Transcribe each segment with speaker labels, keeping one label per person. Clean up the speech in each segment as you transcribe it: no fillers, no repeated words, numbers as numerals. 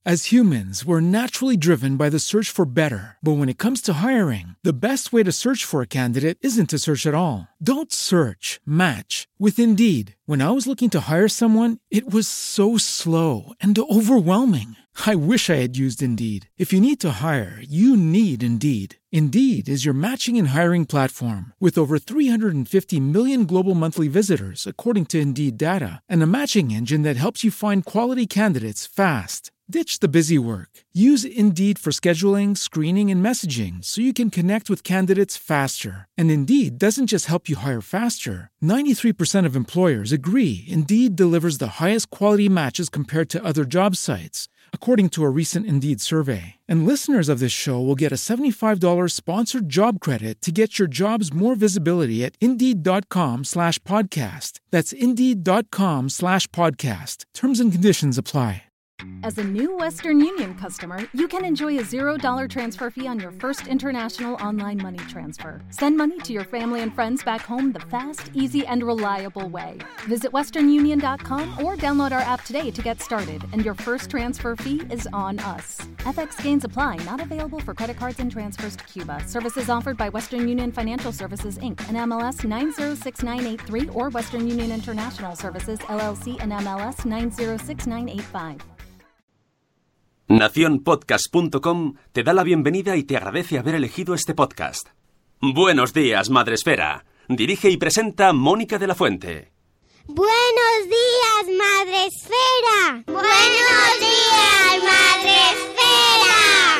Speaker 1: As humans, we're naturally driven by the search for better. But when it comes to hiring, the best way to search for a candidate isn't to search at all. Don't search, match with Indeed. When I was looking to hire someone, it was so slow and overwhelming. I wish I had used Indeed. If you need to hire, you need Indeed. Indeed is your matching and hiring platform with over 350 million global monthly visitors, according to Indeed data, and a matching engine that helps you find quality candidates fast. Ditch the busy work. Use Indeed for scheduling, screening, and messaging so you can connect with candidates faster. And Indeed doesn't just help you hire faster. 93% of employers agree Indeed delivers the highest quality matches compared to other job sites, according to a recent Indeed survey. And listeners of this show will get a $75 sponsored job credit to get your jobs more visibility at Indeed.com/podcast. That's Indeed.com/podcast. Terms and conditions apply.
Speaker 2: As a new Western Union customer, you can enjoy a $0 transfer fee on your first international online money transfer. Send money to your family and friends back home the fast, easy, and reliable way. Visit westernunion.com or download our app today to get started, and your first transfer fee is on us. FX gains apply, not available for credit cards and transfers to Cuba. Services offered by Western Union Financial Services, Inc., and MLS 906983, or Western Union International Services, LLC, and MLS 906985.
Speaker 3: Nacionpodcast.com te da la bienvenida y te agradece haber elegido este podcast. Buenos días, Madresfera. Dirige y presenta Mónica de la Fuente.
Speaker 4: Buenos días, Madresfera. Buenos días, Madresfera.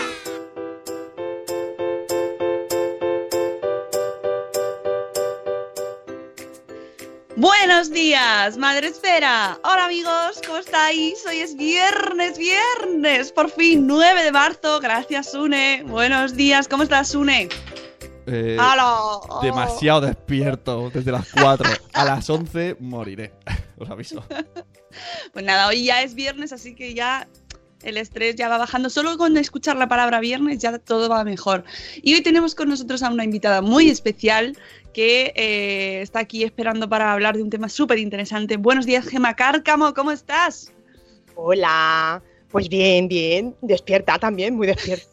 Speaker 5: Buenos días, Madresfera. Hola amigos, ¿cómo estáis? Hoy es viernes, por fin, 9 de marzo. Gracias, Sune. Buenos días, ¿cómo estás, Sune? ¡Halo!
Speaker 6: Demasiado despierto desde las 4. A las 11 moriré, os aviso.
Speaker 5: Pues nada, hoy ya es viernes, así que ya el estrés ya va bajando. Solo con escuchar la palabra viernes ya todo va mejor. Y hoy tenemos con nosotros a una invitada muy especial que está aquí esperando para hablar de un tema súper interesante. Buenos días, Gemma Cárcamo, ¿cómo estás?
Speaker 7: Hola, pues bien, despierta también, muy despierta.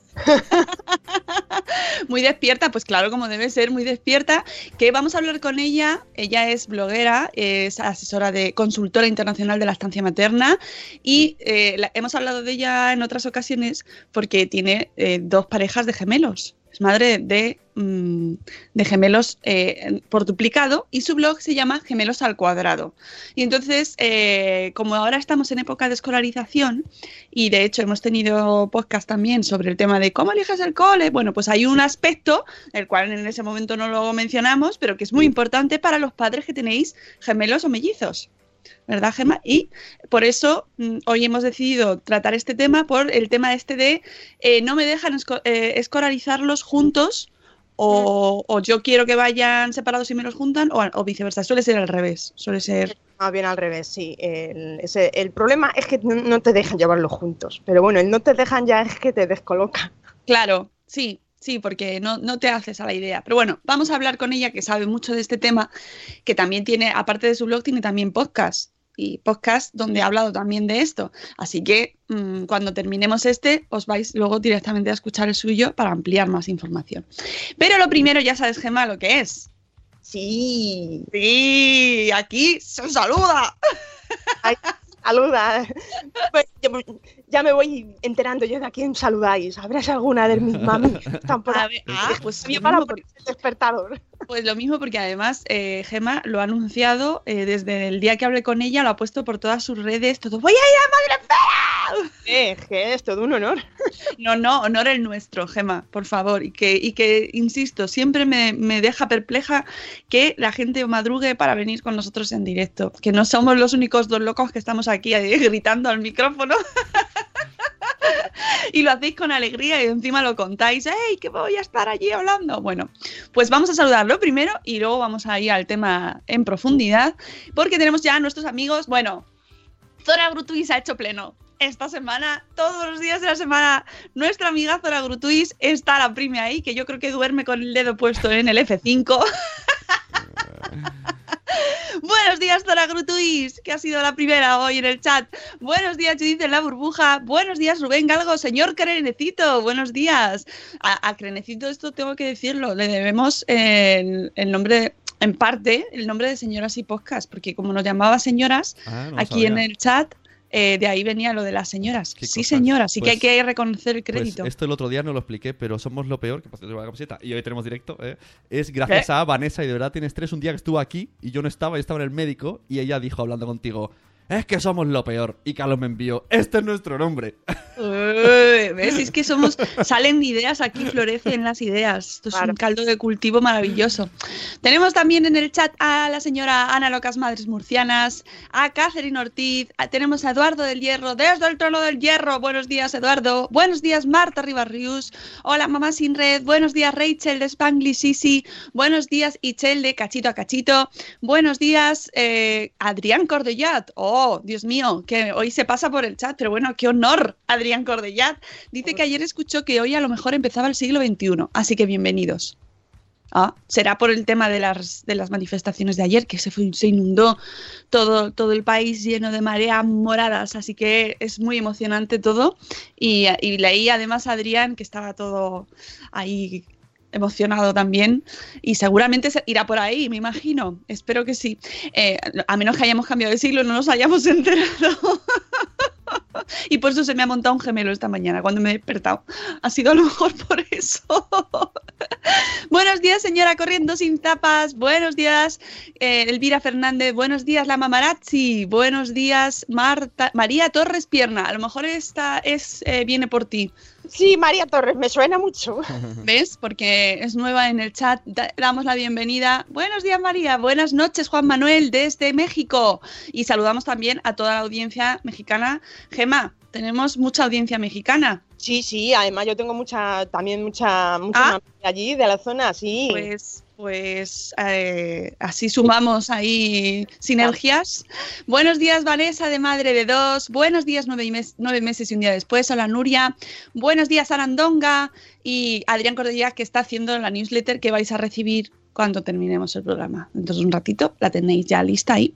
Speaker 5: Muy despierta, pues claro, como debe ser, muy despierta, que vamos a hablar con ella. Ella es bloguera, es asesora de consultora internacional de la estancia materna y hemos hablado de ella en otras ocasiones porque tiene 2 parejas de gemelos. Es madre de gemelos por duplicado y su blog se llama Gemelos al Cuadrado. Y entonces, como ahora estamos en época de escolarización y de hecho hemos tenido podcast también sobre el tema de cómo eliges el cole, bueno, pues hay un aspecto, el cual en ese momento no lo mencionamos, pero que es muy importante para los padres que tenéis gemelos o mellizos. ¿Verdad, Gemma? Y por eso hoy hemos decidido tratar este tema por el tema de no me dejan escolarizarlos juntos o yo quiero que vayan separados y me los juntan o viceversa. Suele ser al revés. Suele ser...
Speaker 7: Más bien al revés, sí. El problema es que no te dejan llevarlos juntos. Pero bueno, el no te dejan ya es que te descoloca.
Speaker 5: Claro, sí. Sí, porque no te haces a la idea. Pero bueno, vamos a hablar con ella, que sabe mucho de este tema, que también tiene, aparte de su blog, tiene también podcast. Y podcast donde ha hablado también de esto. Así que cuando terminemos os vais luego directamente a escuchar el suyo para ampliar más información. Pero lo primero, ya sabes, Gemma, lo que es.
Speaker 7: Sí.
Speaker 5: Sí, aquí se saluda.
Speaker 7: Ay, saluda. Pues, ya me voy enterando yo de a quién saludáis. ¿Habrás alguna de mis mami? Están por ahí.
Speaker 5: Pues
Speaker 7: para el despertador.
Speaker 5: Pues lo mismo, porque además Gemma lo ha anunciado desde el día que hablé con ella, lo ha puesto por todas sus redes, todo. ¡Voy a ir a Madresfera!
Speaker 7: Que es todo un honor.
Speaker 5: No, honor el nuestro, Gemma, por favor. Y que insisto, siempre me deja perpleja que la gente madrugue para venir con nosotros en directo. Que no somos los únicos 2 locos que estamos aquí gritando al micrófono. Y lo hacéis con alegría y encima lo contáis. ¡Ey, que voy a estar allí hablando! Bueno, pues vamos a saludarlo primero y luego vamos a ir al tema en profundidad, porque tenemos ya a nuestros amigos. Bueno, Zora Grutuis ha hecho pleno. Esta semana, todos los días de la semana, nuestra amiga Zora Grutuis está la prime ahí, que yo creo que duerme con el dedo puesto en el F5. Buenos Buenos días, Zora Grutuis, que ha sido la primera hoy en el chat. Buenos días, Judith en la burbuja. Buenos días, Rubén Galgo, señor Crenecito. Buenos días. A Crenecito esto tengo que decirlo, le debemos el nombre, en parte, el nombre de Señoras y Podcast, porque como nos llamaba señoras aquí en el chat, de ahí venía lo de las señoras. Sí, señora, sí, pues, que hay que reconocer el crédito.
Speaker 6: Pues esto el otro día no lo expliqué, pero somos lo peor, que pasé la camiseta y hoy tenemos directo, es gracias a Vanessa, y de verdad tienes 3. Un día que estuvo aquí y yo no estaba, yo estaba en el médico y ella dijo hablando contigo: es que somos lo peor. Y Carlos me envió: este es nuestro nombre.
Speaker 5: ¿Ves? Es que salen ideas aquí, florecen las ideas. Esto es un caldo de cultivo maravilloso. Tenemos también en el chat a la señora Ana Locas Madres Murcianas, a Catherine Ortiz, tenemos a Eduardo del Hierro, desde el trono del Hierro. Buenos días, Eduardo. Buenos días, Marta Ribarrius. Hola, Mamá Sin Red. Buenos días, Rachel de Spanglish Sisi. Buenos días, Ichel de Cachito a Cachito. Buenos días, Adrián Cordellat. Oh, Dios mío, que hoy se pasa por el chat, pero bueno, qué honor, Adrián Cordellat. Dice que ayer escuchó que hoy a lo mejor empezaba el siglo XXI, así que bienvenidos. Será por el tema de las manifestaciones de ayer, que se inundó todo el país lleno de mareas moradas, así que es muy emocionante todo. Y leí además a Adrián que estaba todo ahí emocionado también, y seguramente irá por ahí, me imagino. Espero que sí. A menos que hayamos cambiado de siglo, no nos hayamos enterado. Y por eso se me ha montado un gemelo esta mañana cuando me he despertado. Ha sido a lo mejor por eso. Buenos días, señora Corriendo Sin Tapas. Buenos días, Elvira Fernández. Buenos días, la Mamarazzi. Buenos días, María Torres Pierna. A lo mejor esta viene por ti.
Speaker 7: Sí, María Torres, me suena mucho.
Speaker 5: ¿Ves? Porque es nueva en el chat. Damos la bienvenida. Buenos días, María. Buenas noches, Juan Manuel, desde México. Y saludamos también a toda la audiencia mexicana. Gema, tenemos mucha audiencia mexicana.
Speaker 7: Sí, además yo tengo mucha allí de la zona, sí.
Speaker 5: Pues así sumamos ahí sinergias. Buenos días, Vanessa, de Madre de Dos. Buenos días, 9 meses y un día después. Hola, Nuria. Buenos días, Arandonga. Y Adrián Cordellat, que está haciendo la newsletter que vais a recibir cuando terminemos el programa. Entonces, un ratito, la tenéis ya lista ahí.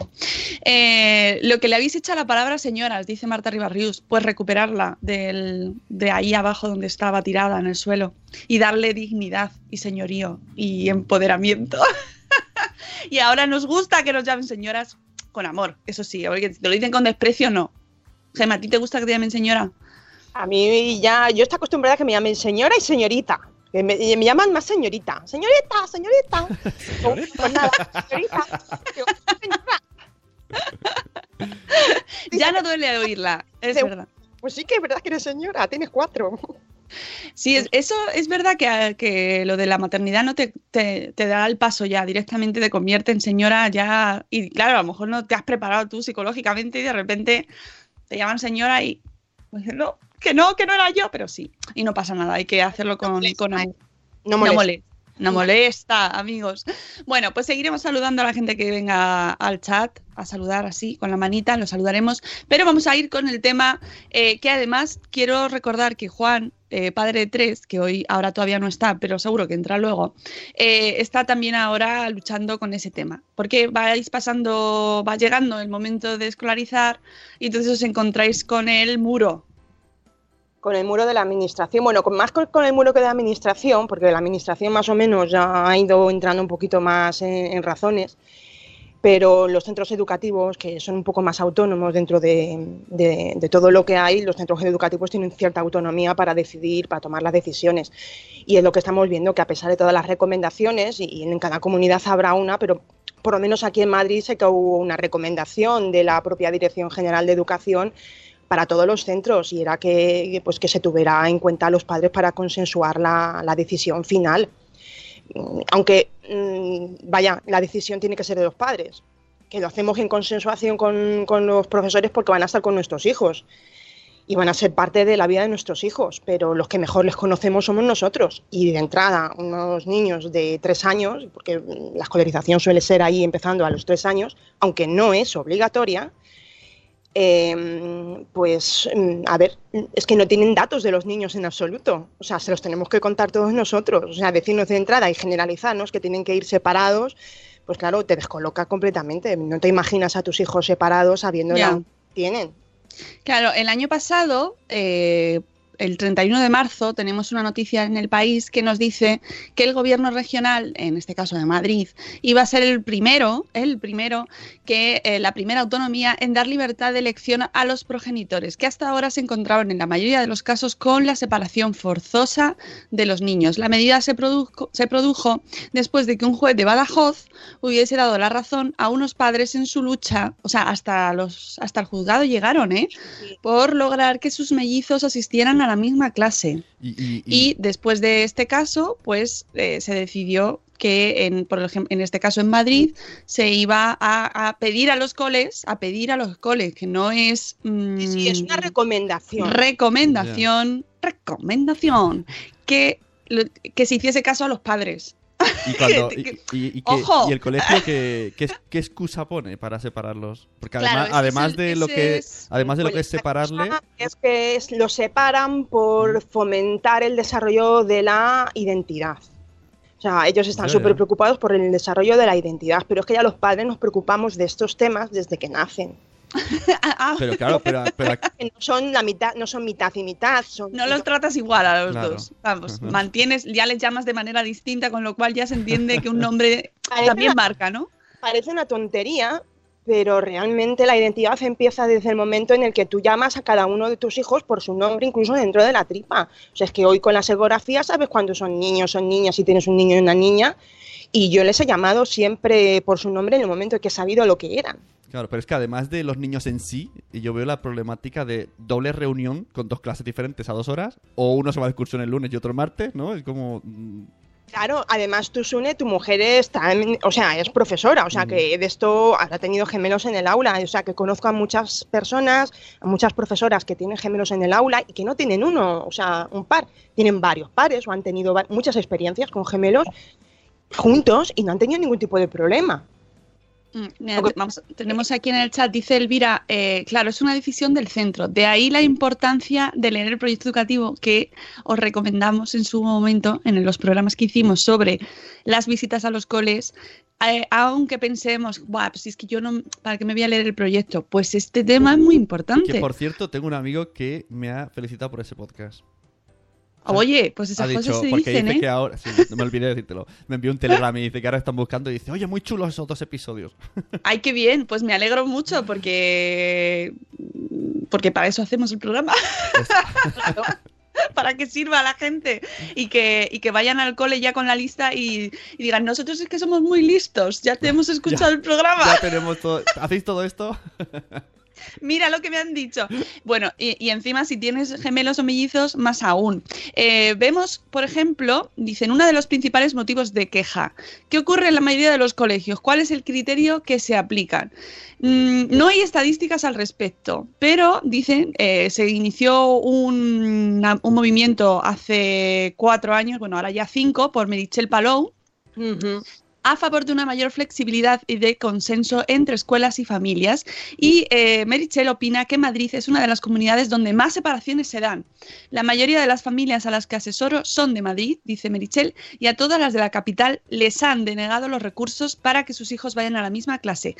Speaker 5: Lo que le habéis hecho a la palabra señoras, dice Marta Ribarrius, pues recuperarla de ahí abajo donde estaba tirada en el suelo y darle dignidad y señorío y empoderamiento. Y ahora nos gusta que nos llamen señoras con amor, eso sí, porque si te lo dicen con desprecio, no. Gemma, ¿a ti te gusta que te llamen señora?
Speaker 7: A mí ya, yo estoy acostumbrada a que me llamen señora y señorita. Me llaman más señorita. Señorita. Pues nada, señorita.
Speaker 5: Ya no duele oírla, es verdad.
Speaker 7: Pues sí que es verdad que eres señora, tienes 4.
Speaker 5: Sí, eso es verdad que lo de la maternidad no te da el paso ya, directamente te convierte en señora ya. Y claro, a lo mejor no te has preparado tú psicológicamente y de repente te llaman señora y pues no. Que no era yo, pero sí. Y no pasa nada, hay que hacerlo con amor. No molesta, amigos. Bueno, pues seguiremos saludando a la gente que venga al chat a saludar así, con la manita, los saludaremos. Pero vamos a ir con el tema que además quiero recordar que Juan, padre de 3, que ahora todavía no está, pero seguro que entra luego, está también ahora luchando con ese tema. Porque va llegando el momento de escolarizar y entonces os encontráis con el muro.
Speaker 7: Con el muro de la administración, bueno, más con el muro que de la administración, porque la administración más o menos ya ha ido entrando un poquito más en razones, pero los centros educativos, que son un poco más autónomos dentro de todo lo que hay, los centros educativos tienen cierta autonomía para decidir, para tomar las decisiones. Y es lo que estamos viendo, que a pesar de todas las recomendaciones, y en cada comunidad habrá una, pero por lo menos aquí en Madrid sé que hubo una recomendación de la propia Dirección General de Educación para todos los centros, y era que se tuviera en cuenta a los padres para consensuar la decisión final. Aunque, la decisión tiene que ser de los padres, que lo hacemos en consensuación con los profesores porque van a estar con nuestros hijos y van a ser parte de la vida de nuestros hijos, pero los que mejor les conocemos somos nosotros. Y de entrada, unos niños de 3 años, porque la escolarización suele ser ahí empezando a los 3 años, aunque no es obligatoria, es que no tienen datos de los niños en absoluto. O sea, se los tenemos que contar todos nosotros. O sea, decirnos de entrada y generalizarnos que tienen que ir separados pues claro, te descoloca completamente. No te imaginas a tus hijos separados sabiendo
Speaker 5: Ya.
Speaker 7: la que tienen.
Speaker 5: Claro, el año pasado, el 31 de marzo, tenemos una noticia en El País que nos dice que el gobierno regional, en este caso de Madrid, iba a ser el primero, que la primera autonomía en dar libertad de elección a los progenitores, que hasta ahora se encontraban en la mayoría de los casos con la separación forzosa de los niños. La medida se produjo después de que un juez de Badajoz hubiese dado la razón a unos padres en su lucha, o sea, hasta el juzgado llegaron, por lograr que sus mellizos asistieran a la misma clase. Y después de este caso, pues se decidió que, por ejemplo, en este caso en Madrid, se iba a pedir a los coles, que no es...
Speaker 7: Sí, es una recomendación.
Speaker 5: Recomendación, que se hiciese caso a los padres. ¡Ojo!
Speaker 6: ¿Y el colegio qué excusa pone para separarlos? Porque
Speaker 5: Claro,
Speaker 6: además de lo que es separarle...
Speaker 7: Es que los separan por fomentar el desarrollo de la identidad. O sea, ellos están súper preocupados por el desarrollo de la identidad, pero es que ya los padres nos preocupamos de estos temas desde que nacen.
Speaker 6: Pero claro, pero
Speaker 7: no son la mitad, no son mitad y mitad.
Speaker 5: No los tratas igual a los
Speaker 6: Claro.
Speaker 5: dos. Vamos, mantienes, ya les llamas de manera distinta, con lo cual ya se entiende que un nombre también marca, ¿no?
Speaker 7: Parece una tontería, pero realmente la identidad empieza desde el momento en el que tú llamas a cada uno de tus hijos por su nombre, incluso dentro de la tripa. O sea, es que hoy con las ecografías sabes cuándo son niños, son niñas, si tienes un niño y una niña, y yo les he llamado siempre por su nombre en el momento en que he sabido lo que eran.
Speaker 6: Claro, pero es que además de los niños en sí, yo veo la problemática de doble reunión con 2 clases diferentes a 2 horas, o uno se va de excursión el lunes y otro el martes, ¿no? Es como...
Speaker 7: Claro, además tú, Sune, tu mujer es profesora, o sea que de esto habrá tenido gemelos en el aula, o sea que conozco a muchas personas, a muchas profesoras que tienen gemelos en el aula y que no tienen uno, o sea, un par, tienen varios pares o han tenido muchas experiencias con gemelos juntos y no han tenido ningún tipo de problema.
Speaker 5: Mira, tenemos aquí en el chat, dice Elvira, claro, es una decisión del centro. De ahí la importancia de leer el proyecto educativo que os recomendamos en su momento en los programas que hicimos sobre las visitas a los coles. Aunque pensemos, pues es que yo no, ¿para qué me voy a leer el proyecto? Pues este tema es muy importante.
Speaker 6: Que por cierto, tengo un amigo que me ha felicitado por ese podcast.
Speaker 5: Oye, pues esas cosas se dicen,
Speaker 6: dice que ahora, sí, no me olvidé de decírtelo. Me envió un telegram y dice que ahora están buscando y dice, oye, muy chulos esos 2 episodios.
Speaker 5: Ay, qué bien, pues me alegro mucho porque para eso hacemos el programa. Para que sirva a la gente y que vayan al cole ya con la lista y digan, nosotros es que somos muy listos, ya te hemos escuchado el programa.
Speaker 6: Ya tenemos todo. ¿Hacéis todo esto?
Speaker 5: Mira lo que me han dicho. Bueno, y encima si tienes gemelos o mellizos, más aún. Vemos, por ejemplo, dicen, uno de los principales motivos de queja. ¿Qué ocurre en la mayoría de los colegios? ¿Cuál es el criterio que se aplican? No hay estadísticas al respecto, pero dicen, se inició un movimiento hace 4 años, bueno, ahora ya 5, por Meritxell Palou, a favor de una mayor flexibilidad y de consenso entre escuelas y familias. Y Meritxell opina que Madrid es una de las comunidades donde más separaciones se dan. La mayoría de las familias a las que asesoro son de Madrid, dice Meritxell, y a todas las de la capital les han denegado los recursos para que sus hijos vayan a la misma clase.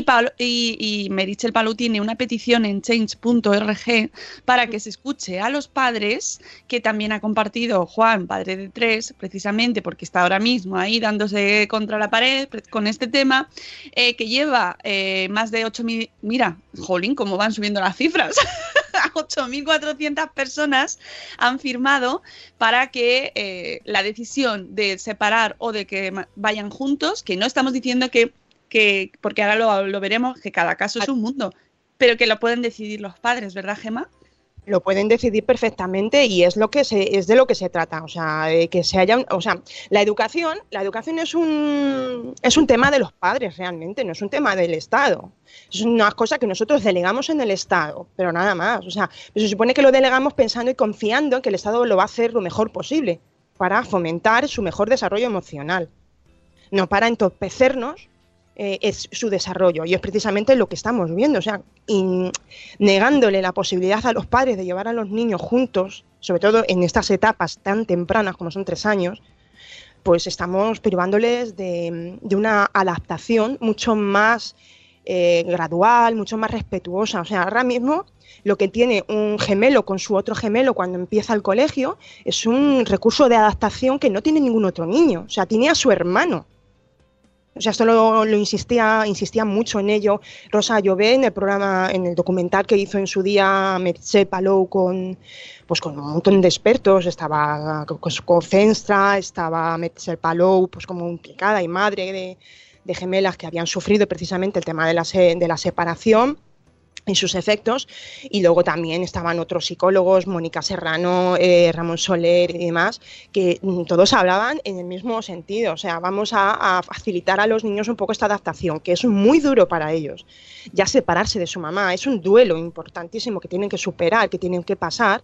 Speaker 5: Y Meritxell Palou tiene una petición en change.org para que se escuche a los padres, que también ha compartido Juan, padre de 3, precisamente porque está ahora mismo ahí dándose contra la pared con este tema, que lleva más de 8.000, mira, jolín, cómo van subiendo las cifras, 8.400 personas han firmado para que la decisión de separar o de que vayan juntos, que no estamos diciendo que porque ahora lo veremos, que cada caso es un mundo, pero que lo pueden decidir los padres, ¿verdad, Gemma?
Speaker 7: Lo pueden decidir perfectamente y es de lo que se trata, o sea, que se haya, o sea, la educación es un tema de los padres realmente, no es un tema del Estado. Es una cosa que nosotros delegamos en el Estado, pero nada más, o sea, se supone que lo delegamos pensando y confiando en que el Estado lo va a hacer lo mejor posible para fomentar su mejor desarrollo emocional, no para entorpecernos es su desarrollo, y es precisamente lo que estamos viendo, o sea, negándole la posibilidad a los padres de llevar a los niños juntos, sobre todo en estas etapas tan tempranas como son 3 años, pues estamos privándoles de una adaptación mucho más gradual, mucho más respetuosa. O sea, ahora mismo lo que tiene un gemelo con su otro gemelo cuando empieza el colegio es un recurso de adaptación que no tiene ningún otro niño. O sea, tiene a su hermano. O sea, esto lo insistía mucho en ello Rosa Llobet en el programa, en el documental que hizo en su día Meritxell Palou con un montón de expertos. Estaba Cofenstra, estaba Meritxell Palou, pues como implicada y madre de gemelas que habían sufrido precisamente el tema de la separación y sus efectos, y luego también estaban otros psicólogos, Mónica Serrano, Ramón Soler y demás, que todos hablaban en el mismo sentido. O sea, vamos a facilitar a los niños un poco esta adaptación, que es muy duro para ellos. Ya separarse de su mamá es un duelo importantísimo que tienen que superar, que tienen que pasar,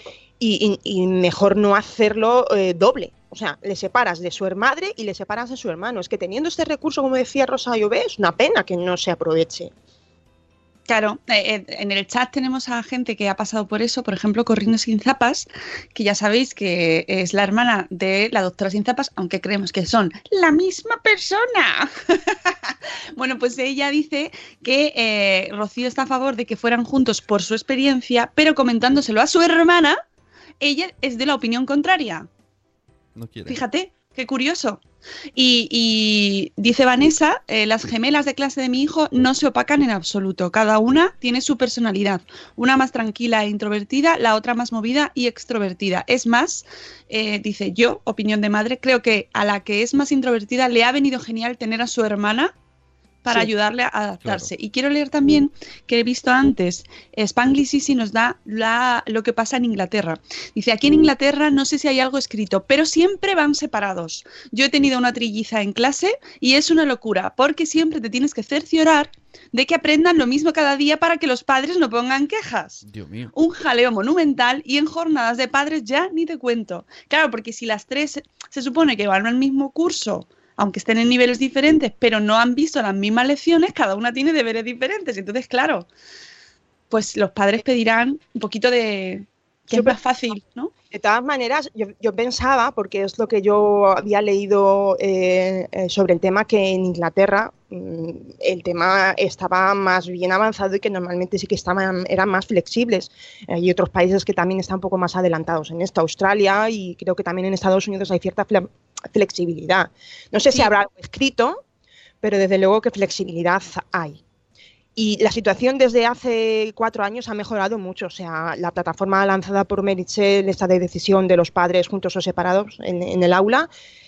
Speaker 7: y mejor no hacerlo doble. O sea, le separas de su madre y le separas de su hermano. Es que teniendo este recurso, como decía Rosa Llobet, es una pena que no se aproveche.
Speaker 5: Claro, en el chat tenemos a gente que ha pasado por eso, por ejemplo, Corriendo Sin Zapas, que ya sabéis que es la hermana de la doctora Sin Zapas, aunque creemos que son la misma persona. Bueno, pues ella dice que Rocío está a favor de que fueran juntos por su experiencia, pero comentándoselo a su hermana, ella es de la opinión contraria.
Speaker 6: No quiere.
Speaker 5: Fíjate, qué curioso. Y dice Vanessa, las gemelas de clase de mi hijo no se opacan en absoluto. Cada una tiene su personalidad. Una más tranquila e introvertida, la otra más movida y extrovertida. Es más, dice yo, opinión de madre, creo que a la que es más introvertida le ha venido genial tener a su hermana para ayudarle a adaptarse. Claro. Y quiero leer también, que he visto antes, Spanglish Sisi nos da lo que pasa en Inglaterra. Dice, aquí en Inglaterra no sé si hay algo escrito, pero siempre van separados. Yo he tenido una trilliza en clase y es una locura, porque siempre te tienes que cerciorar de que aprendan lo mismo cada día para que los padres no pongan quejas.
Speaker 6: Dios mío.
Speaker 5: Un jaleo monumental, y en jornadas de padres ya ni te cuento. Claro, porque si las tres se supone que van al mismo curso, aunque estén en niveles diferentes, pero no han visto las mismas lecciones, cada una tiene deberes diferentes. Entonces, claro, pues los padres pedirán un poquito de... que es más fácil, ¿no?
Speaker 7: De todas maneras, yo pensaba, porque es lo que yo había leído sobre el tema, que en Inglaterra el tema estaba más bien avanzado y que normalmente sí que eran más flexibles. Hay otros países que también están un poco más adelantados en esto, Australia, y creo que también en Estados Unidos hay cierta flexibilidad. No sé si habrá algo escrito, pero desde luego que flexibilidad hay. Y la situación desde hace 4 años ha mejorado mucho. O sea, la plataforma lanzada por Meritxell, esta de decisión de los padres juntos o separados en el aula,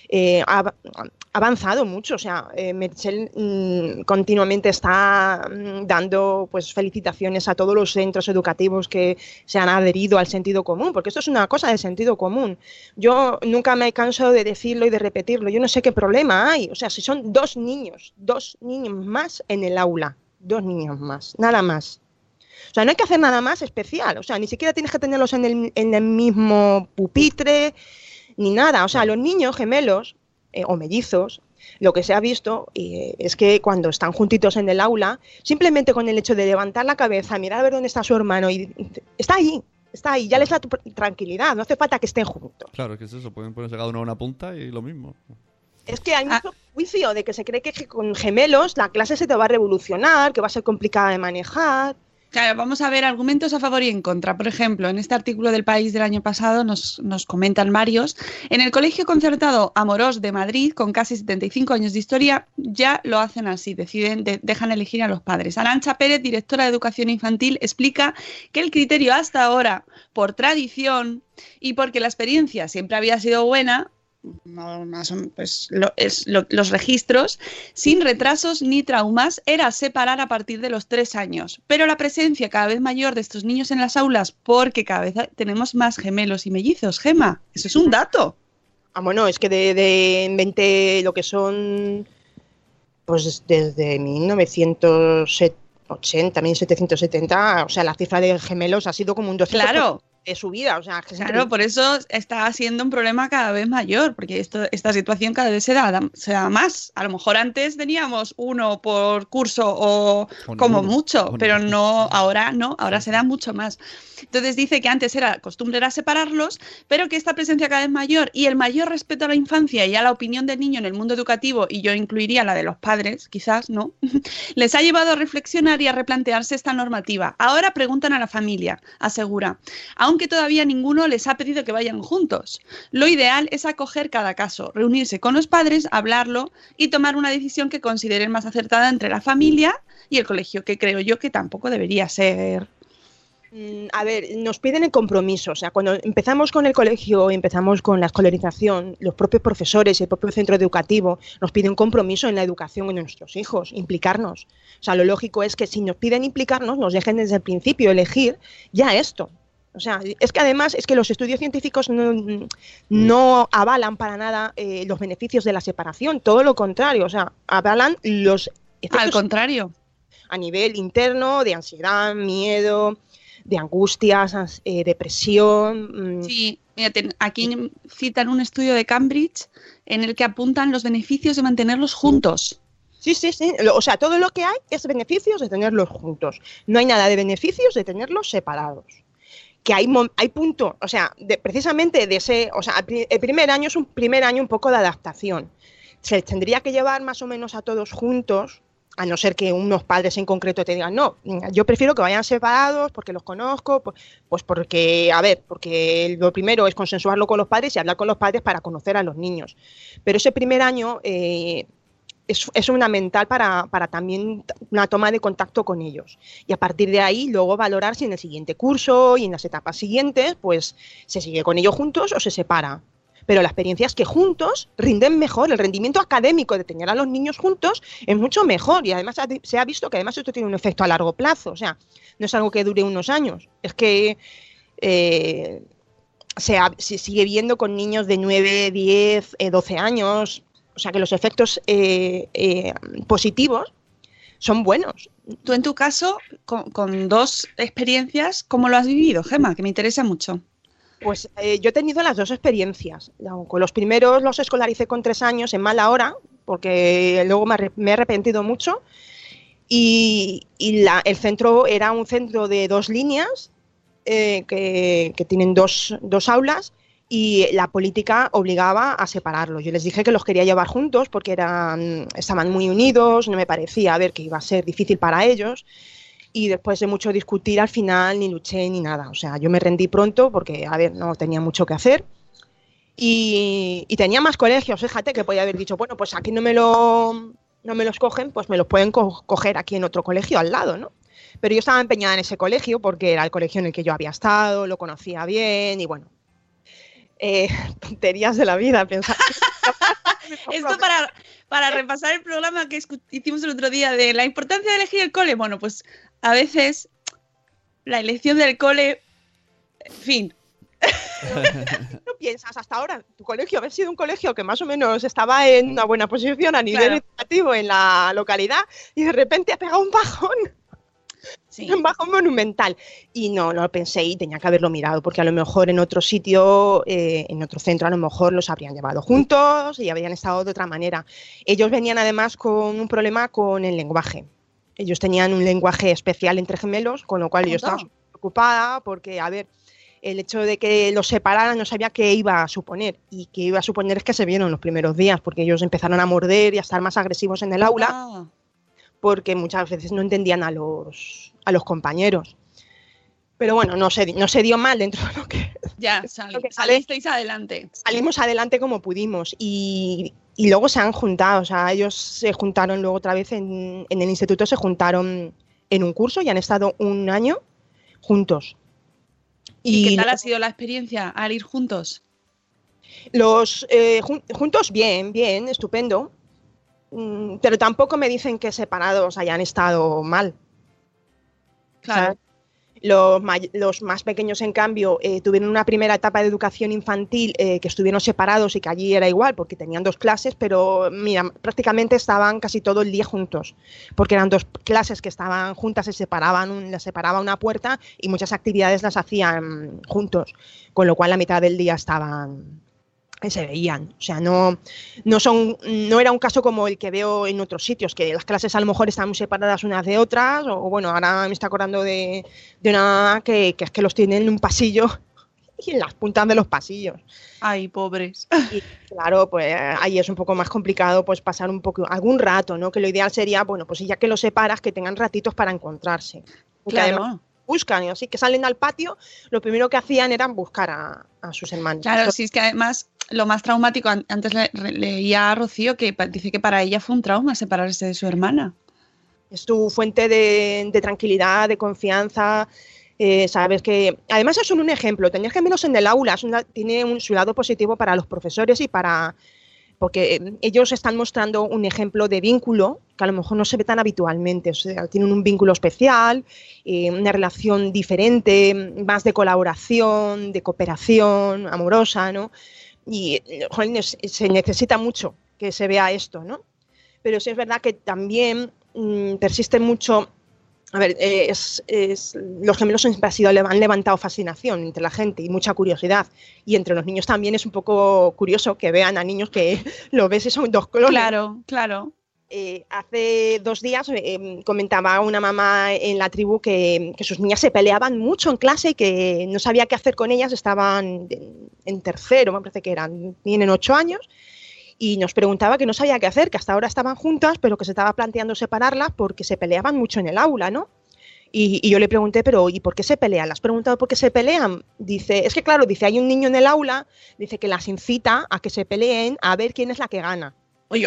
Speaker 7: ha avanzado mucho. O sea, Meritxell continuamente está dando pues felicitaciones a todos los centros educativos que se han adherido al sentido común, porque esto es una cosa del sentido común. Yo nunca me canso de decirlo y de repetirlo. Yo no sé qué problema hay. O sea, si son 2 niños más en el aula. 2 niños más, nada más. O sea, no hay que hacer nada más especial. O sea, ni siquiera tienes que tenerlos en el mismo pupitre, ni nada. O sea, los niños gemelos o mellizos, lo que se ha visto es que cuando están juntitos en el aula, simplemente con el hecho de levantar la cabeza, mirar a ver dónde está su hermano, y está ahí, ya les da tranquilidad, no hace falta que estén juntos.
Speaker 6: Claro, que es eso, pueden ponerse cada uno a una punta y lo mismo.
Speaker 7: Es que hay mucho juicio de que se cree que con gemelos la clase se te va a revolucionar, que va a ser complicada de manejar.
Speaker 5: Claro, vamos a ver argumentos a favor y en contra. Por ejemplo, en este artículo del País del año pasado nos comentan varios. En el Colegio Concertado Amorós de Madrid, con casi 75 años de historia, ya lo hacen así, dejan elegir a los padres. Arantxa Pérez, directora de Educación Infantil, explica que el criterio hasta ahora, por tradición y porque la experiencia siempre había sido buena, pues los registros, sin retrasos ni traumas, era separar a partir de los 3 años. Pero la presencia cada vez mayor de estos niños en las aulas, porque cada vez tenemos más gemelos y mellizos, Gema, eso es un dato.
Speaker 7: Bueno, es que de 20, lo que son, pues desde 1980, 1770, o sea, la cifra de gemelos ha sido como un 200%.
Speaker 5: Claro.
Speaker 7: de su vida. O sea, que
Speaker 5: claro, por eso está siendo un problema cada vez mayor, porque esta situación cada vez se da más. A lo mejor antes teníamos uno por curso o como mucho, pero no, ahora se da mucho más. Entonces dice que antes costumbre era separarlos, pero que esta presencia cada vez mayor y el mayor respeto a la infancia y a la opinión del niño en el mundo educativo, y yo incluiría la de los padres, quizás, ¿no? Les ha llevado a reflexionar y a replantearse esta normativa. Ahora preguntan a la familia, asegura, aunque todavía ninguno les ha pedido que vayan juntos. Lo ideal es acoger cada caso, reunirse con los padres, hablarlo y tomar una decisión que consideren más acertada entre la familia y el colegio, que creo yo que tampoco debería ser.
Speaker 7: A ver, nos piden el compromiso. O sea, cuando empezamos con el colegio, empezamos con la escolarización, los propios profesores y el propio centro educativo nos piden un compromiso en la educación de nuestros hijos, implicarnos. O sea, lo lógico es que si nos piden implicarnos, nos dejen desde el principio elegir ya esto. O sea, es que además es que los estudios científicos no avalan para nada los beneficios de la separación, todo lo contrario. O sea, avalan los efectos
Speaker 5: al contrario
Speaker 7: a nivel interno de ansiedad, miedo, de angustias, depresión.
Speaker 5: Sí, mira, aquí citan un estudio de Cambridge en el que apuntan los beneficios de mantenerlos juntos.
Speaker 7: Sí. O sea, todo lo que hay es beneficios de tenerlos juntos. No hay nada de beneficios de tenerlos separados. Que hay punto, o sea, precisamente de ese, o sea, el primer año es un primer año un poco de adaptación. Se tendría que llevar más o menos a todos juntos, a no ser que unos padres en concreto te digan, no, yo prefiero que vayan separados porque los conozco, pues porque, a ver, porque lo primero es consensuarlo con los padres y hablar con los padres para conocer a los niños. Pero ese primer año es fundamental para también una toma de contacto con ellos. Y a partir de ahí, luego valorar si en el siguiente curso y en las etapas siguientes, pues se sigue con ellos juntos o se separa. Pero la experiencia es que juntos rinden mejor. El rendimiento académico de tener a los niños juntos es mucho mejor. Y además se ha visto que además esto tiene un efecto a largo plazo. O sea, no es algo que dure unos años. Es que se sigue viendo con niños de 9, 10, 12 años. O sea, que los efectos positivos son buenos.
Speaker 5: Tú en tu caso, con dos experiencias, ¿cómo lo has vivido, Gemma? Que me interesa mucho.
Speaker 7: Pues yo he tenido las dos experiencias. Con los primeros los escolaricé con 3 años en mala hora, porque luego me he arrepentido mucho. Y el centro era un centro de 2 líneas, que tienen dos aulas, y la política obligaba a separarlos. Yo les dije que los quería llevar juntos porque estaban muy unidos, no me parecía que iba a ser difícil para ellos. Y después de mucho discutir, al final ni luché ni nada. O sea, yo me rendí pronto porque, no tenía mucho que hacer. Y tenía más colegios, fíjate, que podía haber dicho, bueno, pues aquí no me los cogen, pues me los pueden coger aquí en otro colegio al lado, ¿no? Pero yo estaba empeñada en ese colegio porque era el colegio en el que yo había estado, lo conocía bien y bueno, tonterías de la vida, pensar.
Speaker 5: Esto para repasar el programa que hicimos el otro día de la importancia de elegir el cole. Bueno, pues a veces la elección del cole, en fin.
Speaker 7: ¿No piensas hasta ahora tu colegio haber sido un colegio que más o menos estaba en una buena posición a nivel educativo en la localidad y de repente ha pegado un bajón? Sí. Un bajón monumental. Y no lo pensé y tenía que haberlo mirado, porque a lo mejor en otro sitio, en otro centro, a lo mejor los habrían llevado juntos y habrían estado de otra manera. Ellos venían además con un problema con el lenguaje. Ellos tenían un lenguaje especial entre gemelos, con lo cual yo estaba preocupada porque, el hecho de que los separaran no sabía qué iba a suponer. Y qué iba a suponer es que se vieron los primeros días, porque ellos empezaron a morder y a estar más agresivos en el aula, porque muchas veces no entendían a los compañeros. Pero bueno, no se dio mal dentro de lo que...
Speaker 5: Ya, salisteis adelante.
Speaker 7: Salimos adelante como pudimos y luego se han juntado, o sea, ellos se juntaron luego otra vez en el instituto, se juntaron en un curso y han estado 1 año juntos.
Speaker 5: ¿Y qué tal ha sido la experiencia al ir juntos?
Speaker 7: Los juntos bien, estupendo. Pero tampoco me dicen que separados hayan estado mal.
Speaker 5: Claro.
Speaker 7: Los más pequeños, en cambio, tuvieron una primera etapa de educación infantil que estuvieron separados y que allí era igual porque tenían 2 clases, pero mira, prácticamente estaban casi todo el día juntos, porque eran 2 clases que estaban juntas, les separaba una puerta y muchas actividades las hacían juntos, con lo cual la mitad del día se veían. O sea, no era un caso como el que veo en otros sitios, que las clases a lo mejor están separadas unas de otras, o bueno, ahora me está acordando de una que es que los tienen en un pasillo y en las puntas de los pasillos.
Speaker 5: Ay, pobres.
Speaker 7: Y claro, pues ahí es un poco más complicado pues pasar algún rato, ¿no? Que lo ideal sería, bueno, pues ya que los separas, que tengan ratitos para encontrarse. Porque
Speaker 5: claro.
Speaker 7: Además, buscan, y así que salen al patio, lo primero que hacían era buscar a sus hermanos.
Speaker 5: Claro, sí, es que además lo más traumático, antes leía a Rocío que dice que para ella fue un trauma separarse de su hermana.
Speaker 7: Es tu fuente de tranquilidad, de confianza, sabes que... Además es un ejemplo, tener gemelos en el aula tiene su lado positivo para los profesores y porque ellos están mostrando un ejemplo de vínculo que a lo mejor no se ve tan habitualmente. O sea, tienen un vínculo especial, una relación diferente, más de colaboración, de cooperación amorosa, ¿no? Y jolín, se necesita mucho que se vea esto, ¿no? Pero sí es verdad que también persiste mucho. A ver, los gemelos siempre han levantado fascinación entre la gente y mucha curiosidad. Y entre los niños también es un poco curioso que vean a niños que lo ves y son 2 clones.
Speaker 5: Claro, claro.
Speaker 7: Hace 2 días comentaba una mamá en la tribu que sus niñas se peleaban mucho en clase y que no sabía qué hacer con ellas. Estaban en tercero, me parece que tienen 8 años. Y nos preguntaba que no sabía qué hacer, que hasta ahora estaban juntas, pero que se estaba planteando separarlas porque se peleaban mucho en el aula, ¿no? Y yo le pregunté, pero ¿y por qué se pelean? ¿Le has preguntado por qué se pelean? Dice, es que claro, dice, hay un niño en el aula, dice que las incita a que se peleen a ver quién es la que gana.
Speaker 5: Oy.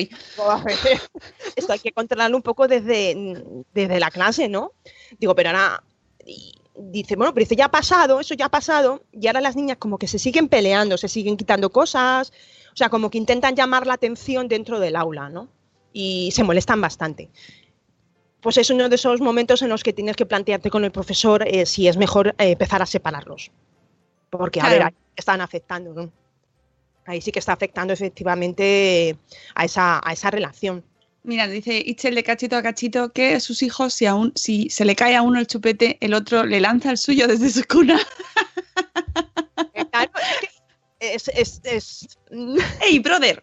Speaker 7: Esto hay que controlarlo un poco desde la clase, ¿no? Digo, pero ahora... Dice, bueno, pero dice, eso ya ha pasado, y ahora las niñas como que se siguen peleando, se siguen quitando cosas, o sea, como que intentan llamar la atención dentro del aula, ¿no? Y se molestan bastante. Pues es uno de esos momentos en los que tienes que plantearte con el profesor si es mejor empezar a separarlos. Porque, claro. A ver, ahí están afectando, ¿no? Ahí sí que está afectando efectivamente a esa relación.
Speaker 5: Mira, dice Itzel de cachito a cachito que sus hijos, si se le cae a uno el chupete, el otro le lanza el suyo desde su cuna.
Speaker 7: Claro, es...
Speaker 5: ¡Ey, brother!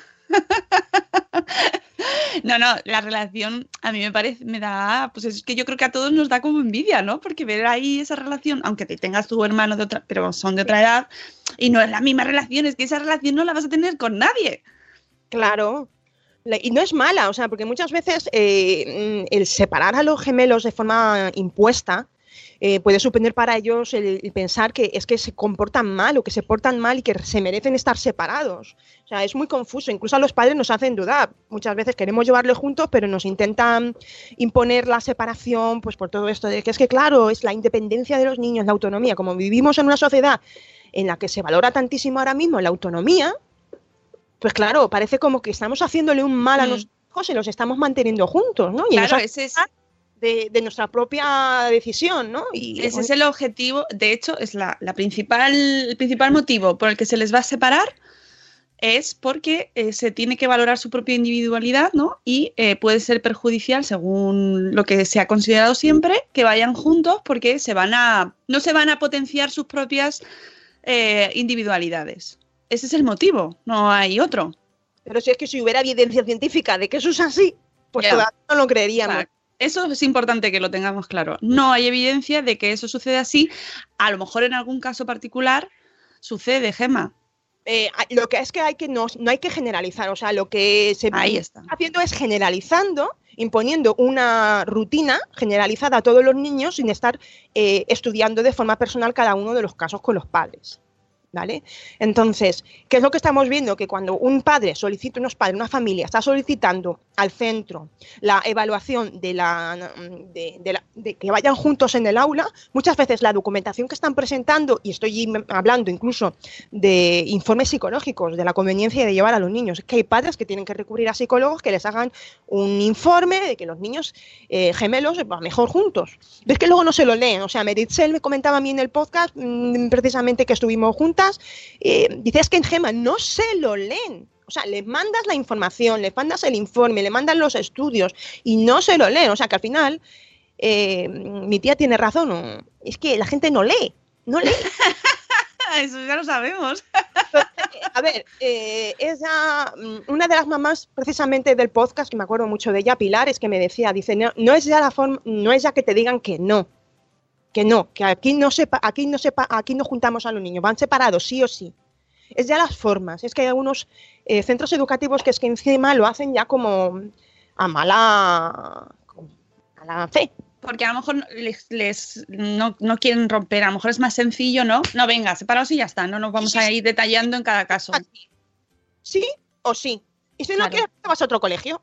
Speaker 5: No, la relación a mí me da, pues es que yo creo que a todos nos da como envidia, ¿no? Porque ver ahí esa relación, aunque te tengas tu hermano pero son de otra edad y no es la misma relación, es que esa relación no la vas a tener con nadie.
Speaker 7: Claro. Y no es mala, o sea, porque muchas veces el separar a los gemelos de forma impuesta puede suponer para ellos el pensar que es que se comportan mal o que se portan mal y que se merecen estar separados. O sea, es muy confuso. Incluso a los padres nos hacen dudar. Muchas veces queremos llevarlos juntos, pero nos intentan imponer la separación pues por todo esto de que es que, claro, es la independencia de los niños, la autonomía. Como vivimos en una sociedad en la que se valora tantísimo ahora mismo la autonomía, pues claro, parece como que estamos haciéndole un mal a nuestros hijos y los estamos manteniendo juntos, ¿no? Y
Speaker 5: claro, ese es
Speaker 7: de nuestra propia decisión, ¿no?
Speaker 5: Y ese es el objetivo. De hecho, es el principal motivo por el que se les va a separar es porque se tiene que valorar su propia individualidad, ¿no? Y puede ser perjudicial, según lo que se ha considerado siempre, que vayan juntos porque no se van a potenciar sus propias individualidades. Ese es el motivo, no hay otro.
Speaker 7: Pero si es que si hubiera evidencia científica de que eso es así, pues todavía no lo creeríamos.
Speaker 5: Exacto. Eso es importante que lo tengamos claro. No hay evidencia de que eso sucede así. A lo mejor en algún caso particular sucede, Gemma.
Speaker 7: Lo que es que no hay que generalizar. O sea, lo que se está haciendo es generalizando, imponiendo una rutina generalizada a todos los niños sin estar estudiando de forma personal cada uno de los casos con los padres. ¿Vale? Entonces, ¿qué es lo que estamos viendo? Que cuando un padre solicita, una familia está solicitando al centro la evaluación de que vayan juntos en el aula, muchas veces la documentación que están presentando, y estoy hablando incluso de informes psicológicos, de la conveniencia de llevar a los niños, que hay padres que tienen que recurrir a psicólogos que les hagan un informe de que los niños gemelos van mejor juntos. Pero es que luego no se lo leen. O sea, Meritxell me comentaba a mí en el podcast, precisamente que estuvimos juntas, dice, es que en Gema no se lo leen. O sea, les mandas la información, les mandas el informe, le mandan los estudios y no se lo leen. O sea, que al final mi tía tiene razón. Es que la gente no lee.
Speaker 5: Eso ya lo sabemos.
Speaker 7: A ver, una de las mamás precisamente del podcast, que me acuerdo mucho de ella, Pilar, es que me decía, dice, no es ya la forma, no es ya que te digan que no, que aquí no juntamos a los niños, van separados sí o sí. Es ya las formas. Es que hay algunos centros educativos que es que encima lo hacen ya como a mala fe.
Speaker 5: Porque a lo mejor no quieren romper, a lo mejor es más sencillo, ¿no? No, venga, separados y ya está, no nos vamos a ir detallando en cada caso.
Speaker 7: Sí o sí. Y si no quieres, te vas a otro colegio.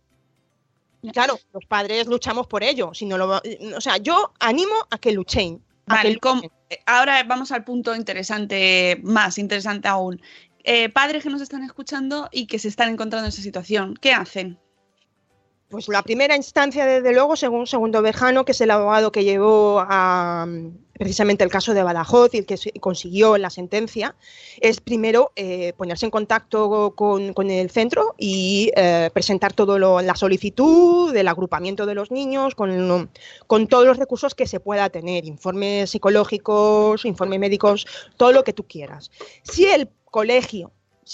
Speaker 7: Claro, los padres luchamos por ello. O sea, yo animo a que luchen.
Speaker 5: Vale, ahora vamos al punto interesante, más interesante aún. Padres que nos están escuchando y que se están encontrando en esa situación, ¿qué hacen?
Speaker 7: Pues la primera instancia, desde luego, según Segundo Berjano, que es el abogado que llevó precisamente el caso de Badajoz y el que consiguió la sentencia, es primero ponerse en contacto con el centro y presentar la solicitud del agrupamiento de los niños con todos los recursos que se pueda tener, informes psicológicos, informes médicos, todo lo que tú quieras. Si el colegio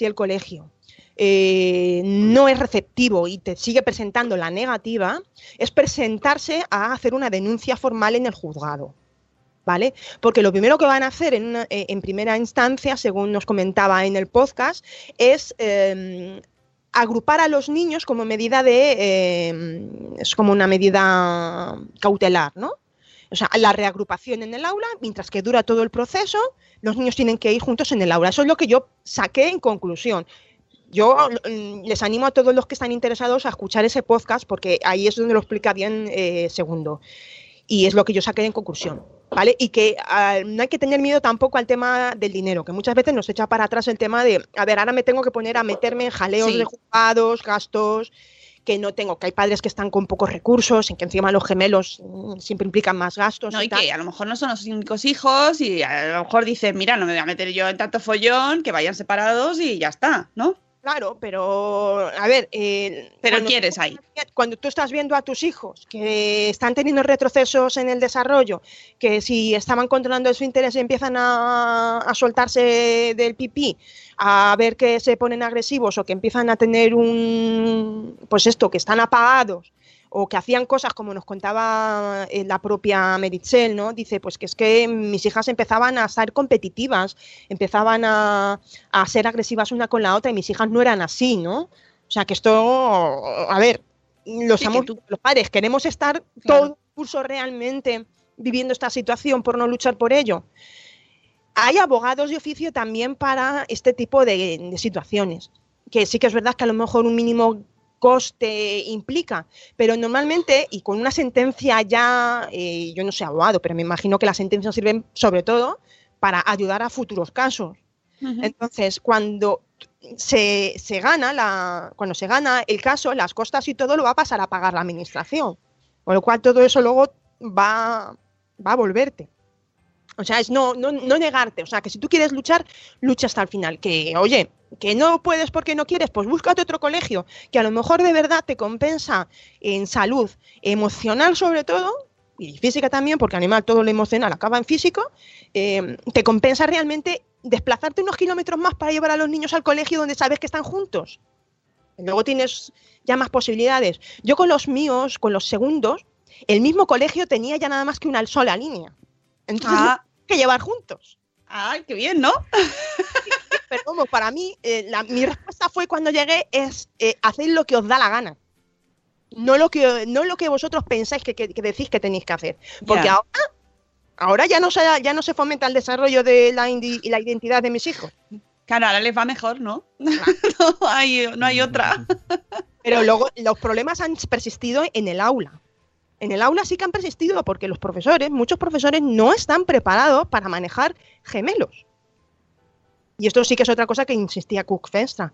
Speaker 7: no es receptivo y te sigue presentando la negativa, es presentarse a hacer una denuncia formal en el juzgado, ¿vale? Porque lo primero que van a hacer en primera instancia, según nos comentaba en el podcast, es agrupar a los niños como medida es como una medida cautelar, ¿no? O sea, la reagrupación en el aula, mientras que dura todo el proceso, los niños tienen que ir juntos en el aula. Eso es lo que yo saqué en conclusión. Yo les animo a todos los que están interesados a escuchar ese podcast porque ahí es donde lo explica bien Segundo. Y es lo que yo saqué en conclusión, ¿vale? Y que no hay que tener miedo tampoco al tema del dinero, que muchas veces nos echa para atrás el tema de, a ver, ahora me tengo que poner a meterme en jaleos de juzgados, gastos, que no tengo, que hay padres que están con pocos recursos, en que encima los gemelos siempre implican más gastos.
Speaker 5: No, y que a lo mejor no son los únicos hijos y a lo mejor dicen, mira, no me voy a meter yo en tanto follón, que vayan separados y ya está, ¿no?
Speaker 7: Claro, pero a ver...
Speaker 5: pero quieres ahí.
Speaker 7: Cuando tú estás viendo a tus hijos que están teniendo retrocesos en el desarrollo, que si estaban controlando su interés y empiezan a soltarse del pipí, a ver que se ponen agresivos o que empiezan a tener que están apagados, o que hacían cosas como nos contaba la propia Meritxell, ¿no? Dice, pues que es que mis hijas empezaban a ser competitivas, empezaban a ser agresivas una con la otra y mis hijas no eran así, ¿no? O sea, que esto, a ver, los padres queremos estar todo el curso realmente viviendo esta situación por no luchar por ello. Hay abogados de oficio también para este tipo de situaciones, que sí que es verdad que a lo mejor un mínimo coste implica, pero normalmente, y con una sentencia ya, yo no soy abogado, pero me imagino que las sentencias sirven sobre todo para ayudar a futuros casos. Uh-huh. Entonces, cuando se gana el caso, las costas y todo lo va a pasar a pagar la administración, con lo cual todo eso luego va a volverte. O sea, es no negarte. O sea, que si tú quieres luchar, lucha hasta el final. Que, oye, que no puedes porque no quieres, pues búscate otro colegio que a lo mejor de verdad te compensa en salud emocional sobre todo, y física también, porque animal todo lo emocional acaba en físico, te compensa realmente desplazarte unos kilómetros más para llevar a los niños al colegio donde sabes que están juntos. Luego tienes ya más posibilidades. Yo con los míos, con los segundos, el mismo colegio tenía ya nada más que una sola línea. Entonces, que llevar juntos.
Speaker 5: ¡Ay, qué bien!, ¿no?
Speaker 7: Pero como para mí, mi respuesta fue cuando llegué es haced lo que os da la gana. No lo que vosotros pensáis que decís que tenéis que hacer. Porque Ahora ya no se fomenta el desarrollo de la identidad de mis hijos.
Speaker 5: Claro, ahora les va mejor, ¿no? No hay otra.
Speaker 7: Pero luego los problemas han persistido en el aula. En el aula sí que han persistido porque muchos profesores no están preparados para manejar gemelos. Y esto sí que es otra cosa que insistía Cook Vestra.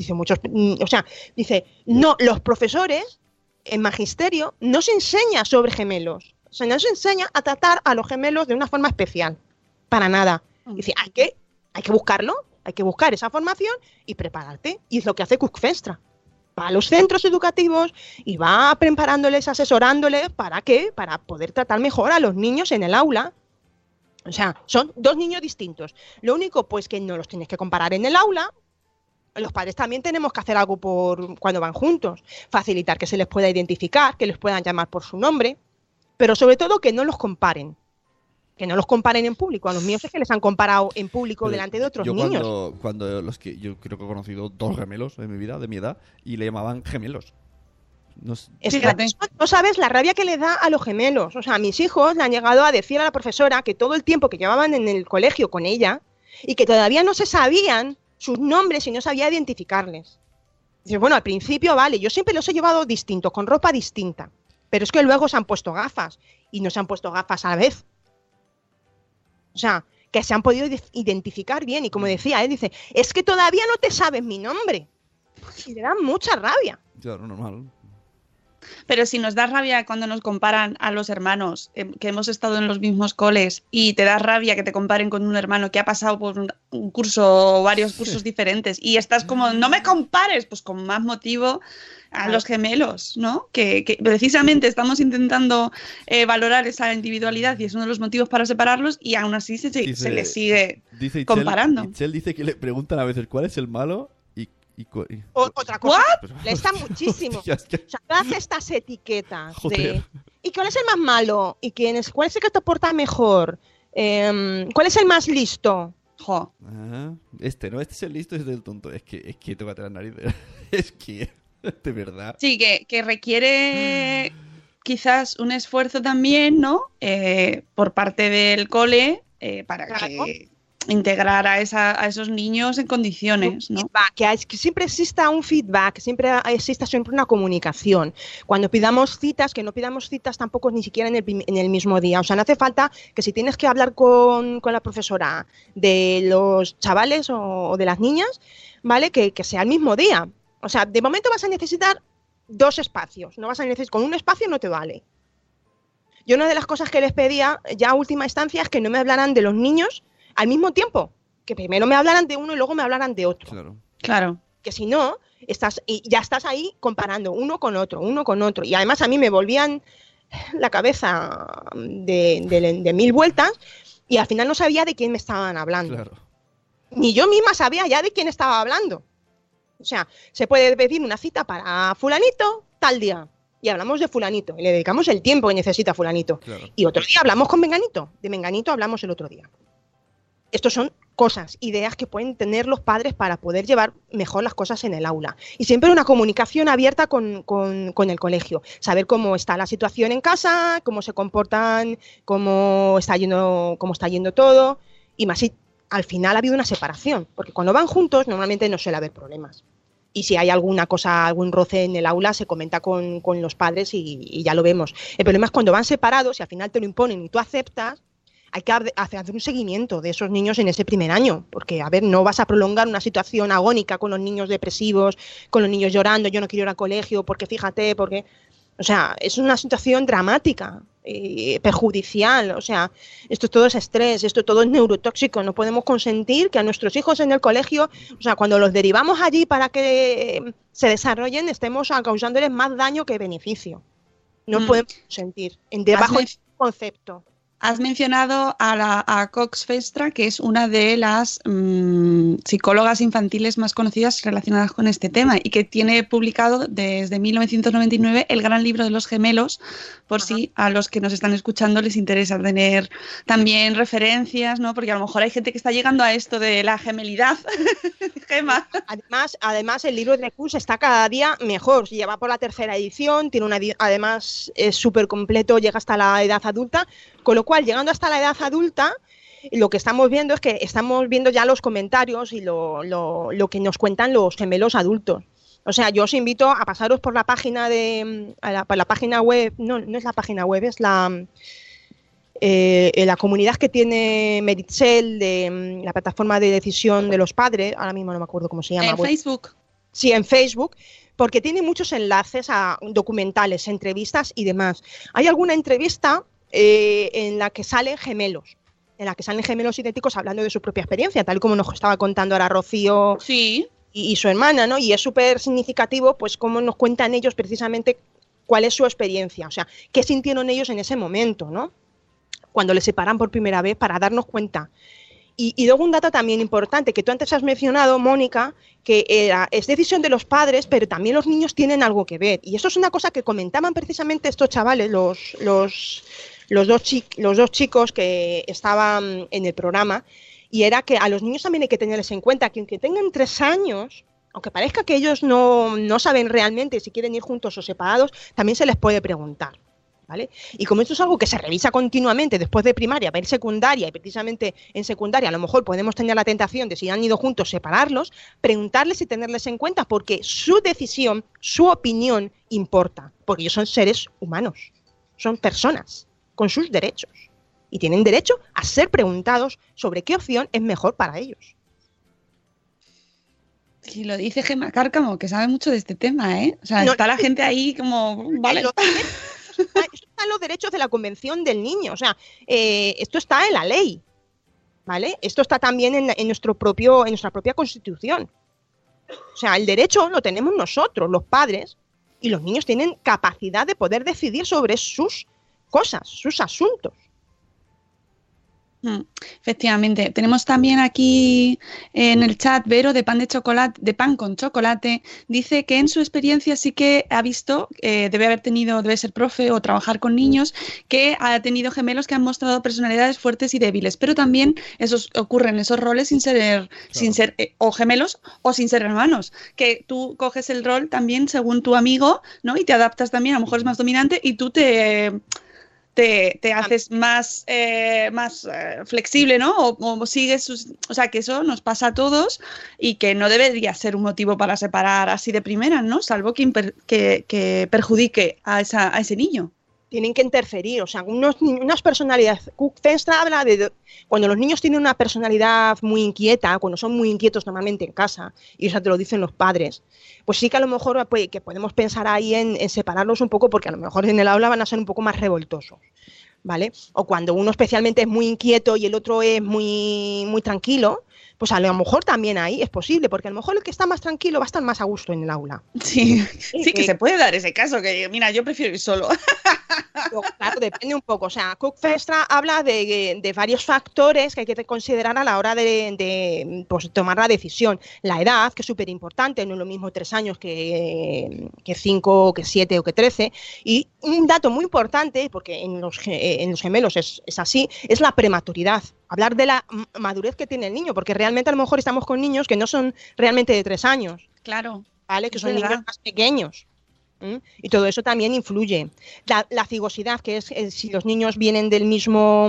Speaker 7: Dice, no, los profesores en magisterio no se enseña sobre gemelos. O sea, no se enseña a tratar a los gemelos de una forma especial. Para nada. Dice, hay que buscarlo, hay que buscar esa formación y prepararte. Y es lo que hace Cook Vestra. Va a los centros educativos y va preparándoles, asesorándoles, ¿para qué? Para poder tratar mejor a los niños en el aula. O sea, son dos niños distintos. Lo único, pues, que no los tienes que comparar en el aula. Los padres también tenemos que hacer algo por cuando van juntos. Facilitar que se les pueda identificar, que les puedan llamar por su nombre. Pero sobre todo que no los comparen. Que no los comparen en público. A los míos es que les han comparado en público pero delante de otros niños.
Speaker 6: Yo creo que he conocido 2 gemelos en mi vida, de mi edad, y le llamaban gemelos.
Speaker 7: Es que no sabes la rabia que le da a los gemelos. O sea, a mis hijos le han llegado a decir a la profesora que todo el tiempo que llevaban en el colegio con ella y que todavía no se sabían sus nombres y no sabía identificarles. Dice, bueno, al principio vale, yo siempre los he llevado distintos, con ropa distinta. Pero es que luego se han puesto gafas y no se han puesto gafas a la vez. O sea, que se han podido identificar bien. Y como decía, dice, es que todavía no te sabes mi nombre. Y le da mucha rabia.
Speaker 6: Claro, normal.
Speaker 5: Pero si nos da rabia cuando nos comparan a los hermanos, que hemos estado en los mismos coles, y te da rabia que te comparen con un hermano que ha pasado por un curso o varios cursos diferentes, y estás como, no me compares, pues con más motivo a los gemelos, ¿no? Que precisamente estamos intentando valorar esa individualidad y es uno de los motivos para separarlos, y aún así se les sigue comparando.
Speaker 6: Itzel dice que le preguntan a veces cuál es el malo.
Speaker 7: Otra cosa, le está muchísimo. O sea, hace estas etiquetas de ¿y cuál es el más malo? ¿Y cuál es el que te porta mejor? ¿Cuál es el más listo?
Speaker 6: Este es el listo, este es el tonto. Es que tócate la nariz. Es que, de verdad.
Speaker 5: Sí, que requiere quizás un esfuerzo también, ¿no? Por parte del cole para que integrar a esos niños en condiciones, ¿no?
Speaker 7: Que siempre exista un feedback, siempre exista una comunicación. Cuando pidamos citas, que no pidamos citas tampoco ni siquiera en el mismo día. O sea, no hace falta que si tienes que hablar con la profesora de los chavales o de las niñas, ¿vale? Que sea el mismo día. O sea, de momento vas a necesitar 2 espacios. No vas a necesitar, con un espacio no te vale. Yo una de las cosas que les pedía ya a última instancia es que no me hablaran de los niños al mismo tiempo, que primero me hablaran de uno y luego me hablaran de otro.
Speaker 5: Claro. Que
Speaker 7: si no, ya estás ahí comparando uno con otro. Y además a mí me volvían la cabeza de 1000 vueltas y al final no sabía de quién me estaban hablando.
Speaker 6: Claro.
Speaker 7: Ni yo misma sabía ya de quién estaba hablando. O sea, se puede pedir una cita para fulanito tal día. Y hablamos de fulanito. Y le dedicamos el tiempo que necesita fulanito.
Speaker 6: Claro.
Speaker 7: Y otro día hablamos con menganito. De menganito hablamos el otro día. Estos son cosas, ideas que pueden tener los padres para poder llevar mejor las cosas en el aula. Y siempre una comunicación abierta con el colegio. Saber cómo está la situación en casa, cómo se comportan, cómo está yendo todo. Y más si al final ha habido una separación. Porque cuando van juntos normalmente no suele haber problemas. Y si hay alguna cosa, algún roce en el aula, se comenta con los padres y ya lo vemos. El problema es cuando van separados y al final te lo imponen y tú aceptas. Hay que hacer un seguimiento de esos niños en ese primer año, porque, no vas a prolongar una situación agónica con los niños depresivos, con los niños llorando, yo no quiero ir al colegio, porque fíjate, porque... O sea, es una situación dramática, perjudicial, o sea, esto todo es estrés, esto todo es neurotóxico, no podemos consentir que a nuestros hijos en el colegio, o sea, cuando los derivamos allí para que se desarrollen, estemos causándoles más daño que beneficio. No podemos consentir, debajo del concepto.
Speaker 5: Has mencionado a Cox Vestra, que es una de las psicólogas infantiles más conocidas relacionadas con este tema y que tiene publicado desde 1999 el gran libro de los gemelos, por si a los que nos están escuchando les interesa tener también referencias, ¿no? Porque a lo mejor hay gente que está llegando a esto de la gemelidad, Gemma.
Speaker 7: Además, el libro de Q está cada día mejor. Ya va por la 3ª edición, además es súper completo, llega hasta la edad adulta. Con lo cual, llegando hasta la edad adulta, lo que estamos viendo es que estamos viendo ya los comentarios y lo que nos cuentan los gemelos adultos. O sea, yo os invito a pasaros por la página por la página web, no es la página web, es la comunidad que tiene Meritxell, de la plataforma de decisión de los padres, ahora mismo no me acuerdo cómo se llama.
Speaker 5: En Facebook.
Speaker 7: Sí, en Facebook, porque tiene muchos enlaces a documentales, entrevistas y demás. Hay alguna entrevista en la que salen gemelos. Idénticos hablando de su propia experiencia, tal como nos estaba contando ahora Rocío
Speaker 5: sí.
Speaker 7: y su hermana, ¿no? Y es súper significativo, pues, cómo nos cuentan ellos precisamente cuál es su experiencia, o sea, qué sintieron ellos en ese momento, ¿no? Cuando les separan por primera vez, para darnos cuenta. Y luego un dato también importante, que tú antes has mencionado, Mónica, que es decisión de los padres, pero también los niños tienen algo que ver. Y eso es una cosa que comentaban precisamente estos chavales, los dos chicos que estaban en el programa, y era que a los niños también hay que tenerles en cuenta que aunque tengan 3 años, aunque parezca que ellos no saben realmente si quieren ir juntos o separados, también se les puede preguntar, ¿vale? Y como esto es algo que se revisa continuamente después de primaria, para ir secundaria, y precisamente en secundaria a lo mejor podemos tener la tentación de, si han ido juntos, separarlos, preguntarles y tenerles en cuenta, porque su decisión, su opinión importa, porque ellos son seres humanos, son personas con sus derechos y tienen derecho a ser preguntados sobre qué opción es mejor para ellos.
Speaker 5: Y lo dice Gemma Cárcamo, que sabe mucho de este tema, ¿eh? O sea, está la gente ahí como... Vale.
Speaker 7: Esto está en los derechos de la Convención del Niño, o sea, esto está en la ley, ¿vale? Esto está también en nuestra propia Constitución. O sea, el derecho lo tenemos nosotros, los padres, y los niños tienen capacidad de poder decidir sobre sus cosas, sus asuntos.
Speaker 5: Efectivamente. Tenemos también aquí en el chat Vero de Pan con Chocolate, dice que en su experiencia sí que ha visto, debe ser profe o trabajar con niños, que ha tenido gemelos que han mostrado personalidades fuertes y débiles, pero también ocurren esos roles sin ser o gemelos o sin ser hermanos, que tú coges el rol también según tu amigo, ¿no? Y te adaptas también, a lo mejor es más dominante y tú te haces más flexible, ¿no? O sigues o sea, que eso nos pasa a todos y que no debería ser un motivo para separar así de primera, ¿no? Salvo que perjudique a ese niño.
Speaker 7: Tienen que interferir, o sea, unas personalidades. Feenstra habla de cuando los niños tienen una personalidad muy inquieta, cuando son muy inquietos normalmente en casa, y eso te lo dicen los padres, pues sí que a lo mejor que podemos pensar ahí en separarlos un poco, porque a lo mejor en el aula van a ser un poco más revoltosos, ¿vale? O cuando uno especialmente es muy inquieto y el otro es muy, muy tranquilo, pues a lo mejor también ahí es posible, porque a lo mejor el que está más tranquilo va a estar más a gusto en el aula.
Speaker 5: Sí, que se puede dar ese caso, que mira, yo prefiero ir solo.
Speaker 7: Claro, depende un poco. O sea, Cook Feenstra habla de varios factores que hay que considerar a la hora de tomar la decisión. La edad, que es súper importante, no es lo mismo 3 años que 5, que 7 o que 13. Y un dato muy importante, porque en los gemelos es así, es la prematuridad. Hablar de la madurez que tiene el niño, porque realmente a lo mejor estamos con niños que no son realmente de 3 años.
Speaker 5: Claro.
Speaker 7: ¿Vale? Que son niños más pequeños. Y todo eso también influye. La cigosidad, que es si los niños vienen del mismo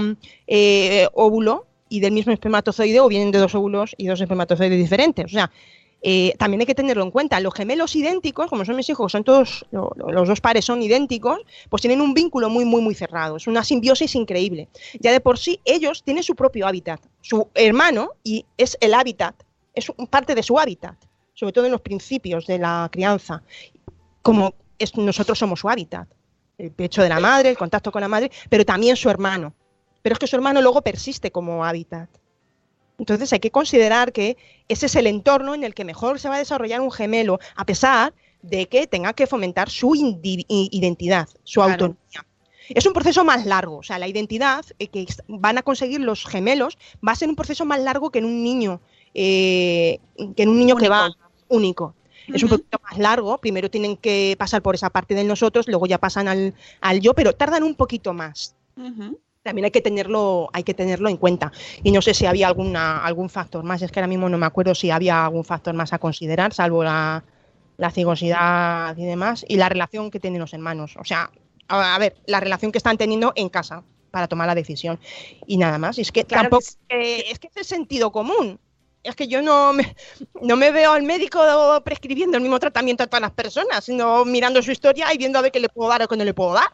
Speaker 7: óvulo y del mismo espermatozoide, o vienen de 2 óvulos y 2 espermatozoides diferentes. O sea, también hay que tenerlo en cuenta. Los gemelos idénticos, como son mis hijos, son todos, los 2 pares son idénticos, pues tienen un vínculo muy, muy, muy cerrado. Es una simbiosis increíble. Ya de por sí, ellos tienen su propio hábitat. Su hermano, y es el hábitat, es parte de su hábitat, sobre todo en los principios de la crianza. Como nosotros somos su hábitat, el pecho de la madre, el contacto con la madre, pero también su hermano. Pero es que su hermano luego persiste como hábitat. Entonces hay que considerar que ese es el entorno en el que mejor se va a desarrollar un gemelo, a pesar de que tenga que fomentar su identidad, su autonomía. Es un proceso más largo, o sea, la identidad que van a conseguir los gemelos va a ser un proceso más largo que en un niño, que va único. Es un poquito más largo, primero tienen que pasar por esa parte de nosotros, luego ya pasan al yo, pero tardan un poquito más. también hay que tenerlo en cuenta. Y no sé si había algún factor más, es que ahora mismo no me acuerdo si había algún factor más a considerar, salvo la cigosidad y demás, y la relación que tienen los hermanos. O sea, a ver, la relación que están teniendo en casa para tomar la decisión. Y nada más. Y es que
Speaker 5: Claro
Speaker 7: tampoco...
Speaker 5: que
Speaker 7: es que es el sentido común. Es que yo no me veo al médico prescribiendo el mismo tratamiento a todas las personas, sino mirando su historia y viendo a ver qué le puedo dar o qué no le puedo dar.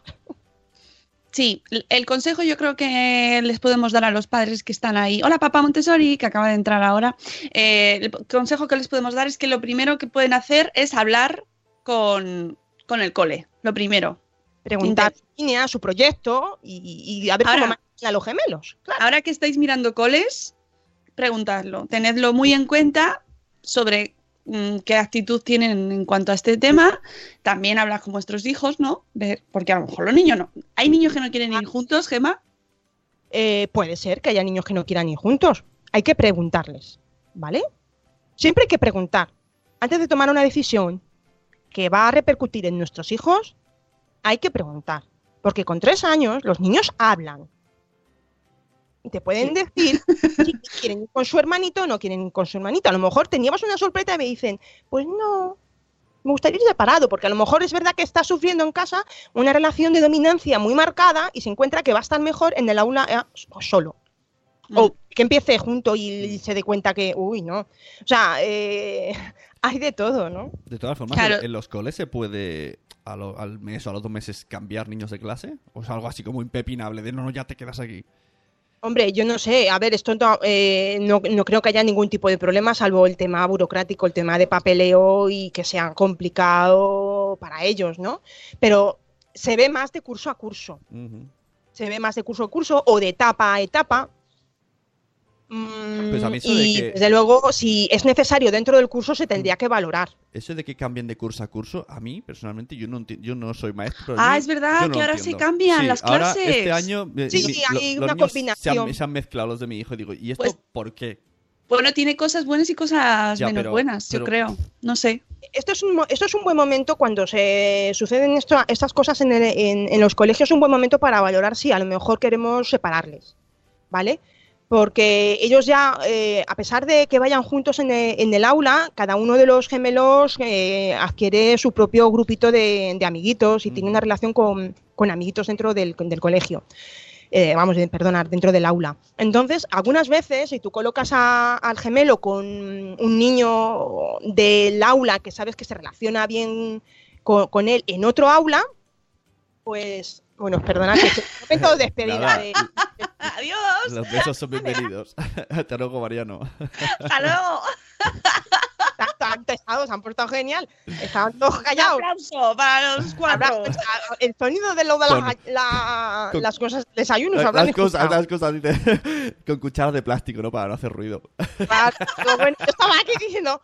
Speaker 5: Sí, el consejo yo creo que les podemos dar a los padres que están ahí. Hola, papá Montessori, que acaba de entrar ahora. El consejo que les podemos dar es que lo primero que pueden hacer es hablar con el cole, lo primero.
Speaker 7: Preguntar su línea, su proyecto y a ver cómo manejan a los gemelos. Claro.
Speaker 5: Ahora que estáis mirando coles, preguntadlo. Tenedlo muy en cuenta sobre qué actitud tienen en cuanto a este tema. También hablar con vuestros hijos, ¿no? Porque a lo mejor los niños no. ¿Hay niños que no quieren ir juntos, Gemma?
Speaker 7: Puede ser que haya niños que no quieran ir juntos. Hay que preguntarles, ¿vale? Siempre hay que preguntar. Antes de tomar una decisión que va a repercutir en nuestros hijos, hay que preguntar. Porque con 3 años los niños hablan. Y te pueden decir si quieren ir con su hermanito o no quieren ir con su hermanito. A lo mejor te llevas una sorpresa y me dicen, pues no, me gustaría ir separado, porque a lo mejor es verdad que está sufriendo en casa una relación de dominancia muy marcada y se encuentra que va a estar mejor en el aula solo. O que empiece junto y se dé cuenta que, uy, no. O sea, hay de todo, ¿no?
Speaker 6: De todas formas,
Speaker 5: Claro.
Speaker 6: ¿en los coles se puede al mes o a los 2 meses cambiar niños de clase? ¿O es algo así como impepinable de no, ya te quedas aquí?
Speaker 7: Hombre, yo no sé, a ver, esto no creo que haya ningún tipo de problema, salvo el tema burocrático, el tema de papeleo y que sea complicado para ellos, ¿no? Pero se ve más de curso a curso.
Speaker 6: Uh-huh.
Speaker 7: Se ve más de curso a curso o de etapa a etapa.
Speaker 6: Pues a mí eso
Speaker 7: Y
Speaker 6: de que...
Speaker 7: desde luego, si es necesario dentro del curso, se tendría que valorar.
Speaker 6: Eso de que cambien de curso a curso, a mí, personalmente, yo no soy maestro.
Speaker 5: Es verdad, que ahora se cambian las
Speaker 6: ahora,
Speaker 5: clases.
Speaker 6: este año...
Speaker 7: Sí, hay
Speaker 6: los
Speaker 7: una
Speaker 6: niños
Speaker 7: combinación.
Speaker 6: se han mezclado los de mi hijo. Y digo, ¿y esto
Speaker 5: Pues-
Speaker 6: por qué?
Speaker 5: Bueno, tiene cosas buenas y cosas
Speaker 6: Ya,
Speaker 5: menos buenas, yo
Speaker 6: pero-
Speaker 5: creo. No sé.
Speaker 7: Esto es un buen momento cuando se suceden estas cosas en los colegios, es un buen momento para valorar si a lo mejor queremos separarles, ¿vale? Porque ellos ya, a pesar de que vayan juntos en el aula, cada uno de los gemelos adquiere su propio grupito de amiguitos y tiene una relación con amiguitos dentro del colegio. Dentro del aula. Entonces, algunas veces, si tú colocas al gemelo con un niño del aula que sabes que se relaciona bien con él en otro aula, pues, bueno, perdona, que es el momento de despedida.
Speaker 6: Nada.
Speaker 5: ¡Adiós!
Speaker 6: Los besos son bienvenidos. Hasta luego, Mariano.
Speaker 5: ¡Hasta luego!
Speaker 7: Están pesados, se han portado genial. Estaban todos
Speaker 5: Un
Speaker 7: callados.
Speaker 5: aplauso para los 4.
Speaker 7: El sonido de las cosas del desayuno. se habrán escuchado.
Speaker 6: Las cosas con cucharas de plástico, ¿no? Para no hacer ruido.
Speaker 7: Bueno, yo estaba aquí diciendo...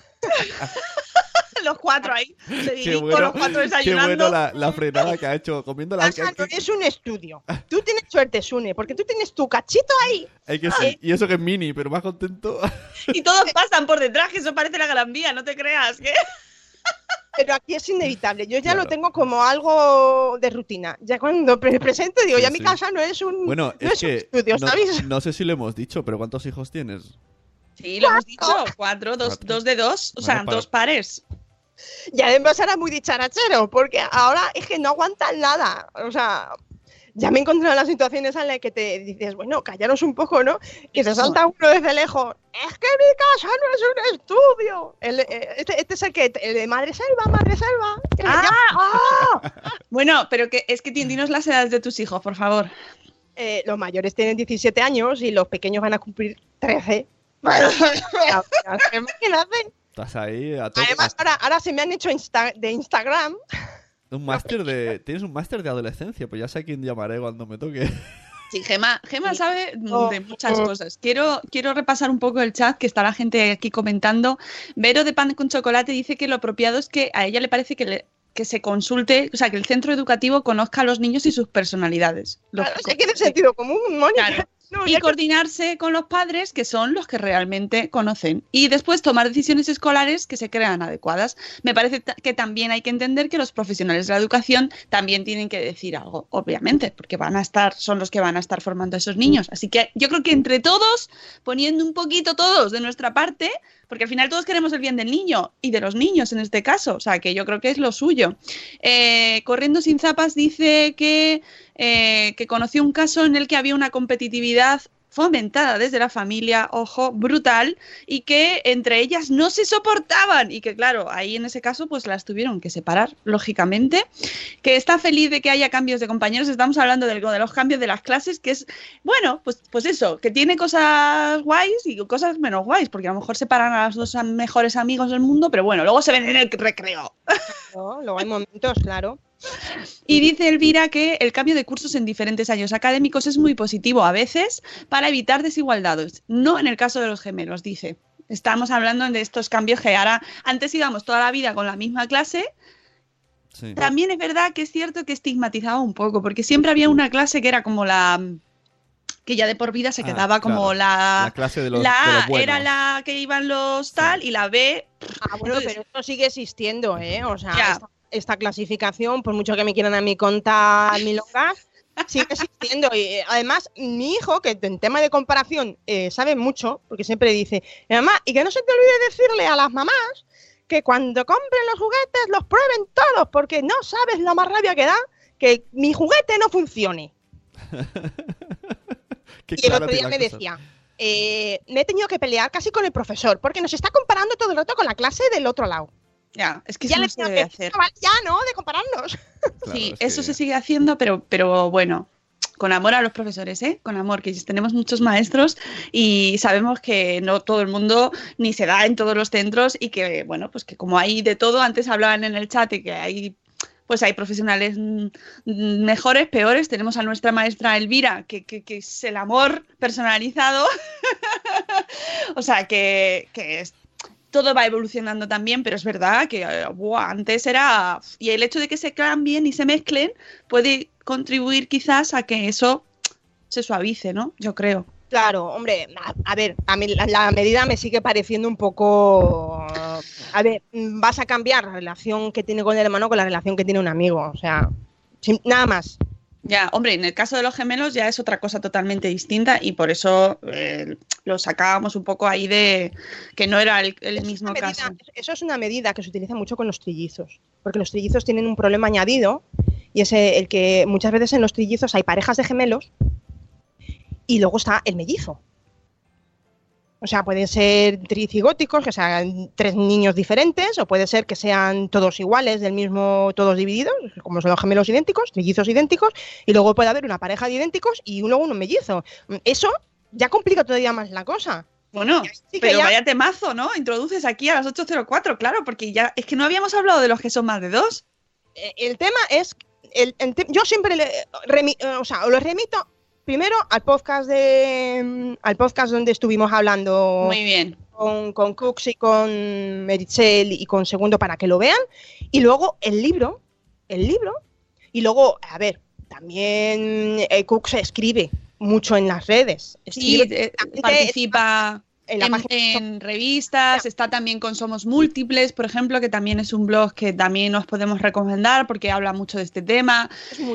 Speaker 5: Los 4 ahí.
Speaker 6: Qué
Speaker 5: Seguidito,
Speaker 6: bueno,
Speaker 5: los 4
Speaker 6: qué
Speaker 5: desayunando.
Speaker 6: bueno la frenada que ha hecho comiendo las...
Speaker 7: Casa no es un estudio. Tú tienes suerte, Sune, porque tú tienes tu cachito ahí.
Speaker 6: Es que sí. Y eso que es mini, pero más contento.
Speaker 5: Y todos pasan por detrás, que eso parece la Gran Vía, no te creas. ¿Qué?
Speaker 7: Pero aquí es inevitable. Yo ya
Speaker 6: Claro.
Speaker 7: lo tengo como algo de rutina. Ya cuando me presento digo,
Speaker 6: Sí,
Speaker 7: ya mi
Speaker 6: sí.
Speaker 7: casa no es un,
Speaker 6: Bueno,
Speaker 7: no
Speaker 6: es
Speaker 7: un
Speaker 6: que
Speaker 7: estudio, ¿sabes?
Speaker 6: no sé si lo hemos dicho, pero ¿cuántos hijos tienes?
Speaker 5: Sí, lo hemos dicho. 4, 2 de 2. O sea,
Speaker 6: Bueno, para-
Speaker 5: 2 pares.
Speaker 7: Y además era muy dicharachero, porque ahora es que no aguantan nada. O sea, ya me he encontrado en las situaciones en las que te dices, bueno, callaros un poco, ¿no? Que se salta uno desde lejos. Es que mi casa no es un estudio. Este es el de Madre Selva.
Speaker 5: Bueno, pero que es que dinos las edades de tus hijos, por favor.
Speaker 7: Los mayores tienen 17 años y los pequeños van a cumplir 13. Imagínate.
Speaker 6: Estás ahí a tope.
Speaker 7: Además, ahora se me han hecho de Instagram.
Speaker 6: Tienes un máster de adolescencia, pues ya sé a quién llamaré cuando me toque.
Speaker 5: Sí, Gemma sabe de muchas cosas. Quiero repasar un poco el chat, que está la gente aquí comentando. Vero de Pan con Chocolate dice que lo apropiado es que a ella le parece que se consulte, o sea, que el centro educativo conozca a los niños y sus personalidades.
Speaker 7: Claro, es que es de sentido común, Mónica.
Speaker 5: Claro.
Speaker 7: No,
Speaker 5: y coordinarse con los padres, que son los que realmente conocen. Y después tomar decisiones escolares que se crean adecuadas. Me parece que también hay que entender que los profesionales de la educación también tienen que decir algo, obviamente, porque son los que van a estar formando a esos niños. Así que yo creo que entre todos, poniendo un poquito todos de nuestra parte, porque al final todos queremos el bien del niño y de los niños en este caso, o sea, que yo creo que es lo suyo. Corriendo sin zapas dice que conoció un caso en el que había una competitividad fomentada desde la familia, ojo, brutal, y que entre ellas no se soportaban y que claro, ahí en ese caso pues las tuvieron que separar, lógicamente, que está feliz de que haya cambios de compañeros, estamos hablando de los cambios de las clases, que es, bueno, pues eso, que tiene cosas guays y cosas menos guays, porque a lo mejor separan a los dos mejores amigos del mundo, pero bueno, luego se ven en el recreo.
Speaker 7: No, luego hay momentos, claro.
Speaker 5: Y dice Elvira que el cambio de cursos en diferentes años académicos es muy positivo a veces para evitar desigualdades, no en el caso de los gemelos, dice. Estamos hablando de estos cambios que ahora, antes íbamos toda la vida con la misma clase. Sí. También es verdad que es cierto que estigmatizaba un poco, porque siempre había una clase que era como la... que ya de por vida se quedaba como la
Speaker 6: clase de los,
Speaker 5: la
Speaker 6: de
Speaker 5: A
Speaker 6: los buenos.
Speaker 5: Era la que iban los tal y la B...
Speaker 7: Bueno, pero esto sigue existiendo, O sea, esta clasificación, por mucho que me quieran a mí contar milongas, sigue existiendo. Y además, mi hijo, que en tema de comparación sabe mucho, porque siempre dice, mamá, y que no se te olvide decirle a las mamás que cuando compren los juguetes los prueben todos, porque no sabes la más rabia que da que mi juguete no funcione. Y el otro día me decía, me he tenido que pelear casi con el profesor, porque nos está comparando todo el rato con la clase del otro lado.
Speaker 5: Ya, es que
Speaker 7: ya
Speaker 5: eso no se debe hacer.
Speaker 7: Ya, ¿no? De compararnos.
Speaker 5: Claro, sí, eso se sigue haciendo, pero bueno, con amor a los profesores, con amor, que tenemos muchos maestros y sabemos que no todo el mundo ni se da en todos los centros y que, bueno, pues que como hay de todo, antes hablaban en el chat y que hay profesionales mejores, peores. Tenemos a nuestra maestra Elvira, que es el amor personalizado. O sea, que es... Todo va evolucionando también, pero es verdad que antes era... Y el hecho de que se cambien y se mezclen puede contribuir quizás a que eso se suavice, ¿no? Yo creo.
Speaker 7: Claro, hombre, a ver, a mí la medida me sigue pareciendo un poco... A ver, vas a cambiar la relación que tiene con el hermano con la relación que tiene un amigo, o sea, nada más.
Speaker 5: Ya, hombre, en el caso de los gemelos ya es otra cosa totalmente distinta y por eso lo sacábamos un poco ahí de que no era el mismo caso.
Speaker 7: Eso es una medida que se utiliza mucho con los trillizos, porque los trillizos tienen un problema añadido y es el que muchas veces en los trillizos hay parejas de gemelos y luego está el mellizo. O sea, pueden ser tricigóticos, que sean 3 niños diferentes, o puede ser que sean todos iguales, del mismo, todos divididos, como son los gemelos idénticos, trillizos idénticos, y luego puede haber una pareja de idénticos y luego un mellizo. Eso ya complica todavía más la cosa.
Speaker 5: Bueno, sí, pero vaya temazo, ¿no? Introduces aquí a las 8:04, claro, porque ya es que no habíamos hablado de los que son más de 2.
Speaker 7: El tema es, yo siempre lo remito primero al podcast donde estuvimos hablando.
Speaker 5: Muy bien.
Speaker 7: Con Cooks y con Meritxell y con Segundo para que lo vean. Y luego el libro. Y luego, a ver, también Cooks escribe mucho en las redes.
Speaker 5: Participa en revistas, está también con Somos Múltiples, por ejemplo, que también es un blog que también os podemos recomendar porque habla mucho de este tema.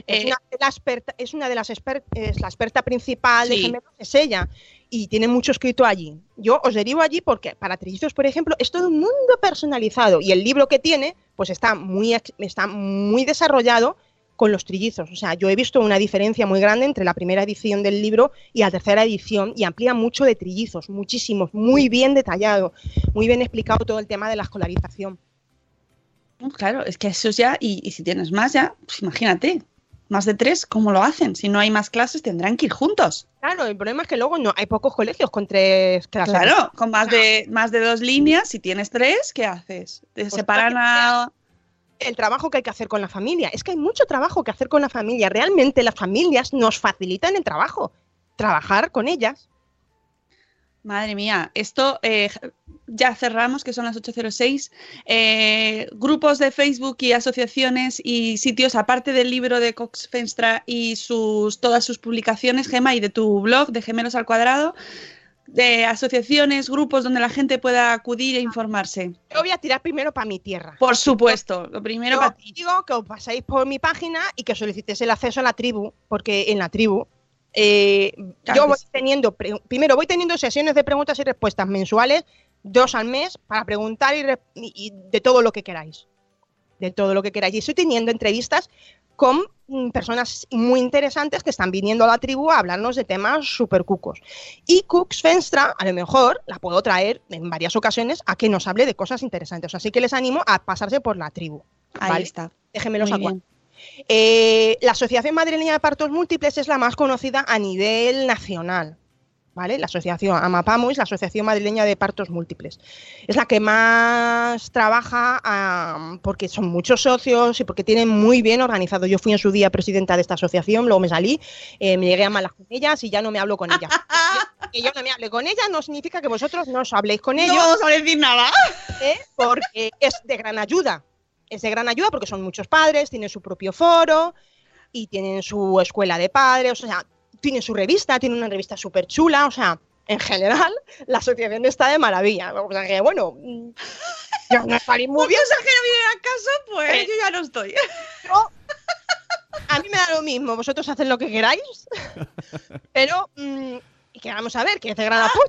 Speaker 7: Es una de las expertas, es la experta principal de gemelos, es ella, y tiene mucho escrito allí. Yo os derivo allí porque para trillizos, por ejemplo, es todo un mundo personalizado y el libro que tiene pues está muy desarrollado con los trillizos. O sea, yo he visto una diferencia muy grande entre la primera edición del libro y la tercera edición y amplía mucho de trillizos, muchísimos, muy bien detallado, muy bien explicado todo el tema de la escolarización.
Speaker 5: Claro, es que eso ya, y si tienes más ya, pues imagínate, más de 3, ¿cómo lo hacen? Si no hay más clases tendrán que ir juntos.
Speaker 7: Claro, el problema es que luego no hay pocos colegios con 3 clases.
Speaker 5: Claro, con más de 2 líneas, si tienes 3, ¿qué haces? Te separan a...
Speaker 7: El trabajo que hay que hacer con la familia. Es que hay mucho trabajo que hacer con la familia. Realmente las familias nos facilitan el trabajo. Trabajar con ellas.
Speaker 5: Madre mía, esto ya cerramos, que son las 8:06. Grupos de Facebook y asociaciones y sitios, aparte del libro de Cox Fenstra y todas sus publicaciones, Gemma, y de tu blog de Gemelos al Cuadrado, de asociaciones, grupos donde la gente pueda acudir e informarse.
Speaker 7: Yo voy a tirar primero para mi tierra.
Speaker 5: Por supuesto, lo primero para ti.
Speaker 7: Digo que os pasáis por mi página y que solicitéis el acceso a la tribu, porque en la tribu yo voy teniendo, primero voy teniendo sesiones de preguntas y respuestas mensuales, 2 al mes, para preguntar y de todo lo que queráis. De todo lo que queráis. Y estoy teniendo entrevistas con personas muy interesantes que están viniendo a la tribu a hablarnos de temas súper cucos. Y Cox Fenstra, a lo mejor, la puedo traer en varias ocasiones a que nos hable de cosas interesantes. Así que les animo a pasarse por la tribu. ¿Vale?
Speaker 5: Ahí está.
Speaker 7: Déjenmelos
Speaker 5: Muy
Speaker 7: a cuatro.
Speaker 5: bien.
Speaker 7: La Asociación Madrileña de Partos Múltiples es la más conocida a nivel nacional. ¿Vale? La asociación AMAPAMU es la Asociación Madrileña de Partos Múltiples. Es la que más trabaja porque son muchos socios y porque tienen muy bien organizado. Yo fui en su día presidenta de esta asociación, luego me salí, me llegué a malas con ellas y ya no me hablo con ellas. Que yo no me hable con ellas no significa que vosotros no os habléis con ellos.
Speaker 5: No vamos a decir nada.
Speaker 7: Porque es de gran ayuda. Es de gran ayuda porque son muchos padres, tienen su propio foro y tienen su escuela de padres, o sea, tiene su revista, tiene una revista súper chula, o sea, en general, la asociación está de maravilla. O sea que, bueno, ya no salí muy bien.
Speaker 5: Cosas que no vienen a caso, pues yo ya no estoy.
Speaker 7: Pero a mí me da lo mismo, vosotros haced lo que queráis, pero, y que vamos a ver, que es de gran apoyo.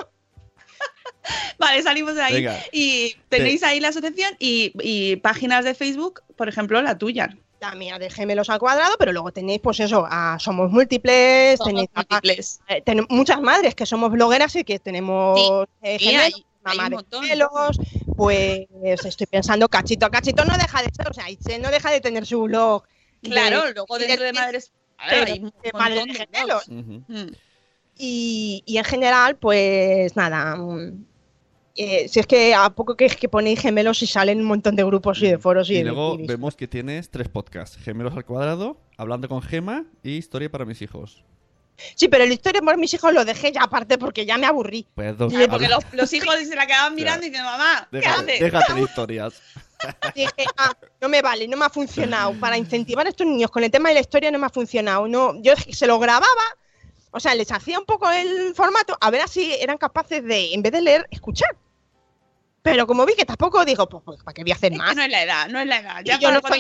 Speaker 5: Vale, salimos de ahí.
Speaker 6: Venga.
Speaker 5: Y tenéis ahí la asociación y páginas de Facebook, por ejemplo, la tuya.
Speaker 7: La mía de Gemelos al Cuadrado, pero luego tenéis, pues eso, Somos Múltiples, tenéis muchas madres que somos blogueras y que tenemos gemelos, mamá de gemelos, pues estoy pensando cachito a cachito no deja de ser, o sea, no deja de tener su blog.
Speaker 5: Luego dentro de madres hay un montón de
Speaker 7: gemelos.
Speaker 6: Uh-huh.
Speaker 7: Y en general, pues nada, si es que a poco que ponéis gemelos y salen un montón de grupos y de foros
Speaker 6: y luego vemos que tienes 3 podcasts: Gemelos al Cuadrado, Hablando con Gema y Historia para mis hijos.
Speaker 7: Sí, pero la historia por mis hijos lo dejé ya aparte porque ya me aburrí.
Speaker 6: Pues
Speaker 5: porque los hijos se la quedaban mirando y diciendo, mamá, ¿qué haces?
Speaker 6: Déjate de historias.
Speaker 7: Dije, no me vale, no me ha funcionado. Para incentivar a estos niños con el tema de la historia no me ha funcionado. No, yo se lo grababa, o sea, les hacía un poco el formato, a ver si eran capaces de, en vez de leer, escuchar. Pero como vi que tampoco, digo, pues ¿para qué voy a hacer más?
Speaker 5: No es la edad. Ya
Speaker 7: yo no
Speaker 5: voy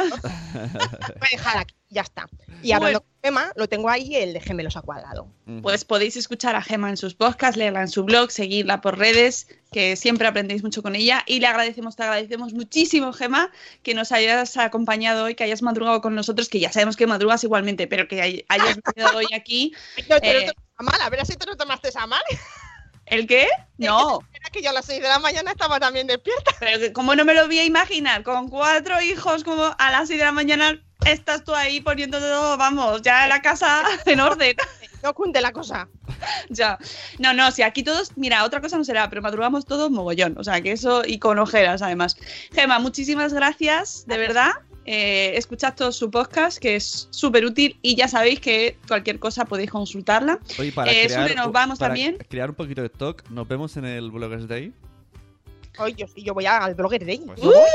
Speaker 7: a dejar aquí, ya está. Y hablando con Gema, lo tengo ahí, el de Gemelos al Cuadrado.
Speaker 5: Pues podéis escuchar a Gema en sus podcasts, leerla en su blog, seguirla por redes, que siempre aprendéis mucho con ella. Y te agradecemos muchísimo, Gema, que nos hayas acompañado hoy, que hayas madrugado con nosotros, que ya sabemos que madrugas igualmente, pero que hayas venido hoy aquí.
Speaker 7: No, te lo tomas a mal, a ver si te lo tomaste a mal.
Speaker 5: ¿El qué? No.
Speaker 7: Era que yo a las 6 de la mañana estaba también despierta.
Speaker 5: Pero ¿cómo no me lo voy a imaginar? Con 4 hijos, como a las 6 de la mañana estás tú ahí poniendo todo, vamos, ya la casa en orden.
Speaker 7: No cunde la cosa.
Speaker 5: Ya. No, si aquí todos, mira, otra cosa no será, pero madrugamos todos mogollón. O sea, que eso, y con ojeras además. Gema, muchísimas gracias, de verdad. Escuchad todo su podcast, que es súper útil, y ya sabéis que cualquier cosa podéis consultarla.
Speaker 6: Oye,
Speaker 5: nos vamos también.
Speaker 6: Crear un poquito de stock, nos vemos en el Bloggers Day.
Speaker 7: Oye, yo voy al Bloggers Day.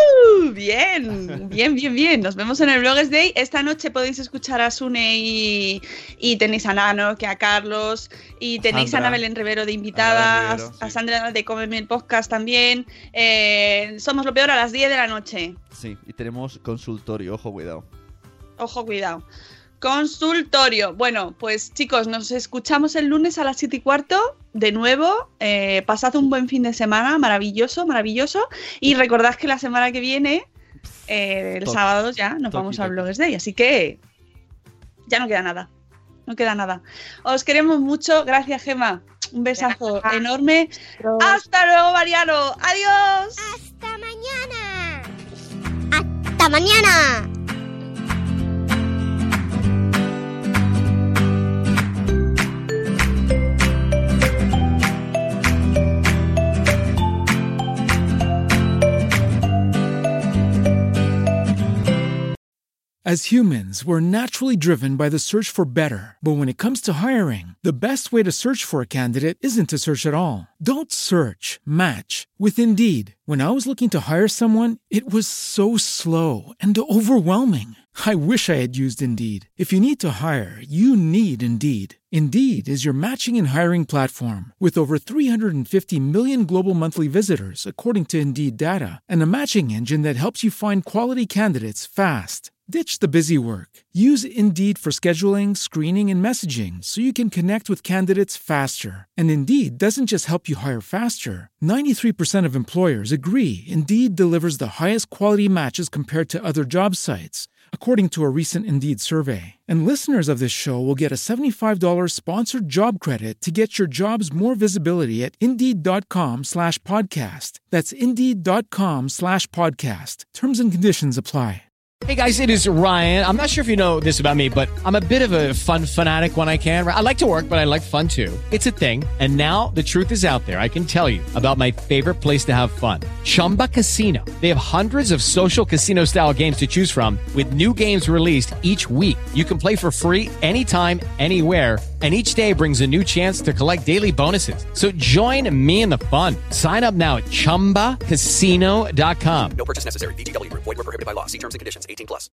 Speaker 5: Bien. Nos vemos en el Bloggers Day. Esta noche podéis escuchar a Sune y tenéis a Nano, que a Carlos, y tenéis a Ana Belén Rivero de invitada, a Sandra de Cómeme el Podcast también. Somos lo peor a las 10 de la noche.
Speaker 6: Sí, y tenemos consultorio, ojo, cuidado.
Speaker 5: Consultorio. Bueno, pues chicos, nos escuchamos el lunes a las 7:15 de nuevo. Pasad un buen fin de semana, maravilloso. Y recordad que la semana que viene, el sábado ya nos vamos al Bloggers Day. Así que ya no queda nada. Os queremos mucho. Gracias, Gema. Un besazo enorme. Hasta luego, Mariano. Adiós.
Speaker 4: Hasta mañana.
Speaker 1: As humans, we're naturally driven by the search for better. But when it comes to hiring, the best way to search for a candidate isn't to search at all. Don't search, match with Indeed. When I was looking to hire someone, it was so slow and overwhelming. I wish I had used Indeed. If you need to hire, you need Indeed. Indeed is your matching and hiring platform with over 350 million global monthly visitors, according to Indeed data, and a matching engine that helps you find quality candidates fast. Ditch the busy work. Use Indeed for scheduling, screening, and messaging so you can connect with candidates faster. And Indeed doesn't just help you hire faster. 93% of employers agree Indeed delivers the highest quality matches compared to other job sites, according to a recent Indeed survey. And listeners of this show will get a $75 sponsored job credit to get your jobs more visibility at Indeed.com/podcast. That's Indeed.com/podcast. Terms and conditions apply.
Speaker 8: Hey guys, it is Ryan. I'm not sure if you know this about me, but I'm a bit of a fun fanatic when I can. I like to work, but I like fun too. It's a thing. And now the truth is out there. I can tell you about my favorite place to have fun. Chumba Casino. They have hundreds of social casino style games to choose from with new games released each week. You can play for free anytime, anywhere. And each day brings a new chance to collect daily bonuses. So join me in the fun. Sign up now at ChumbaCasino.com.
Speaker 9: No purchase necessary. VGW Group. Void where prohibited by law. See terms and conditions. 18+.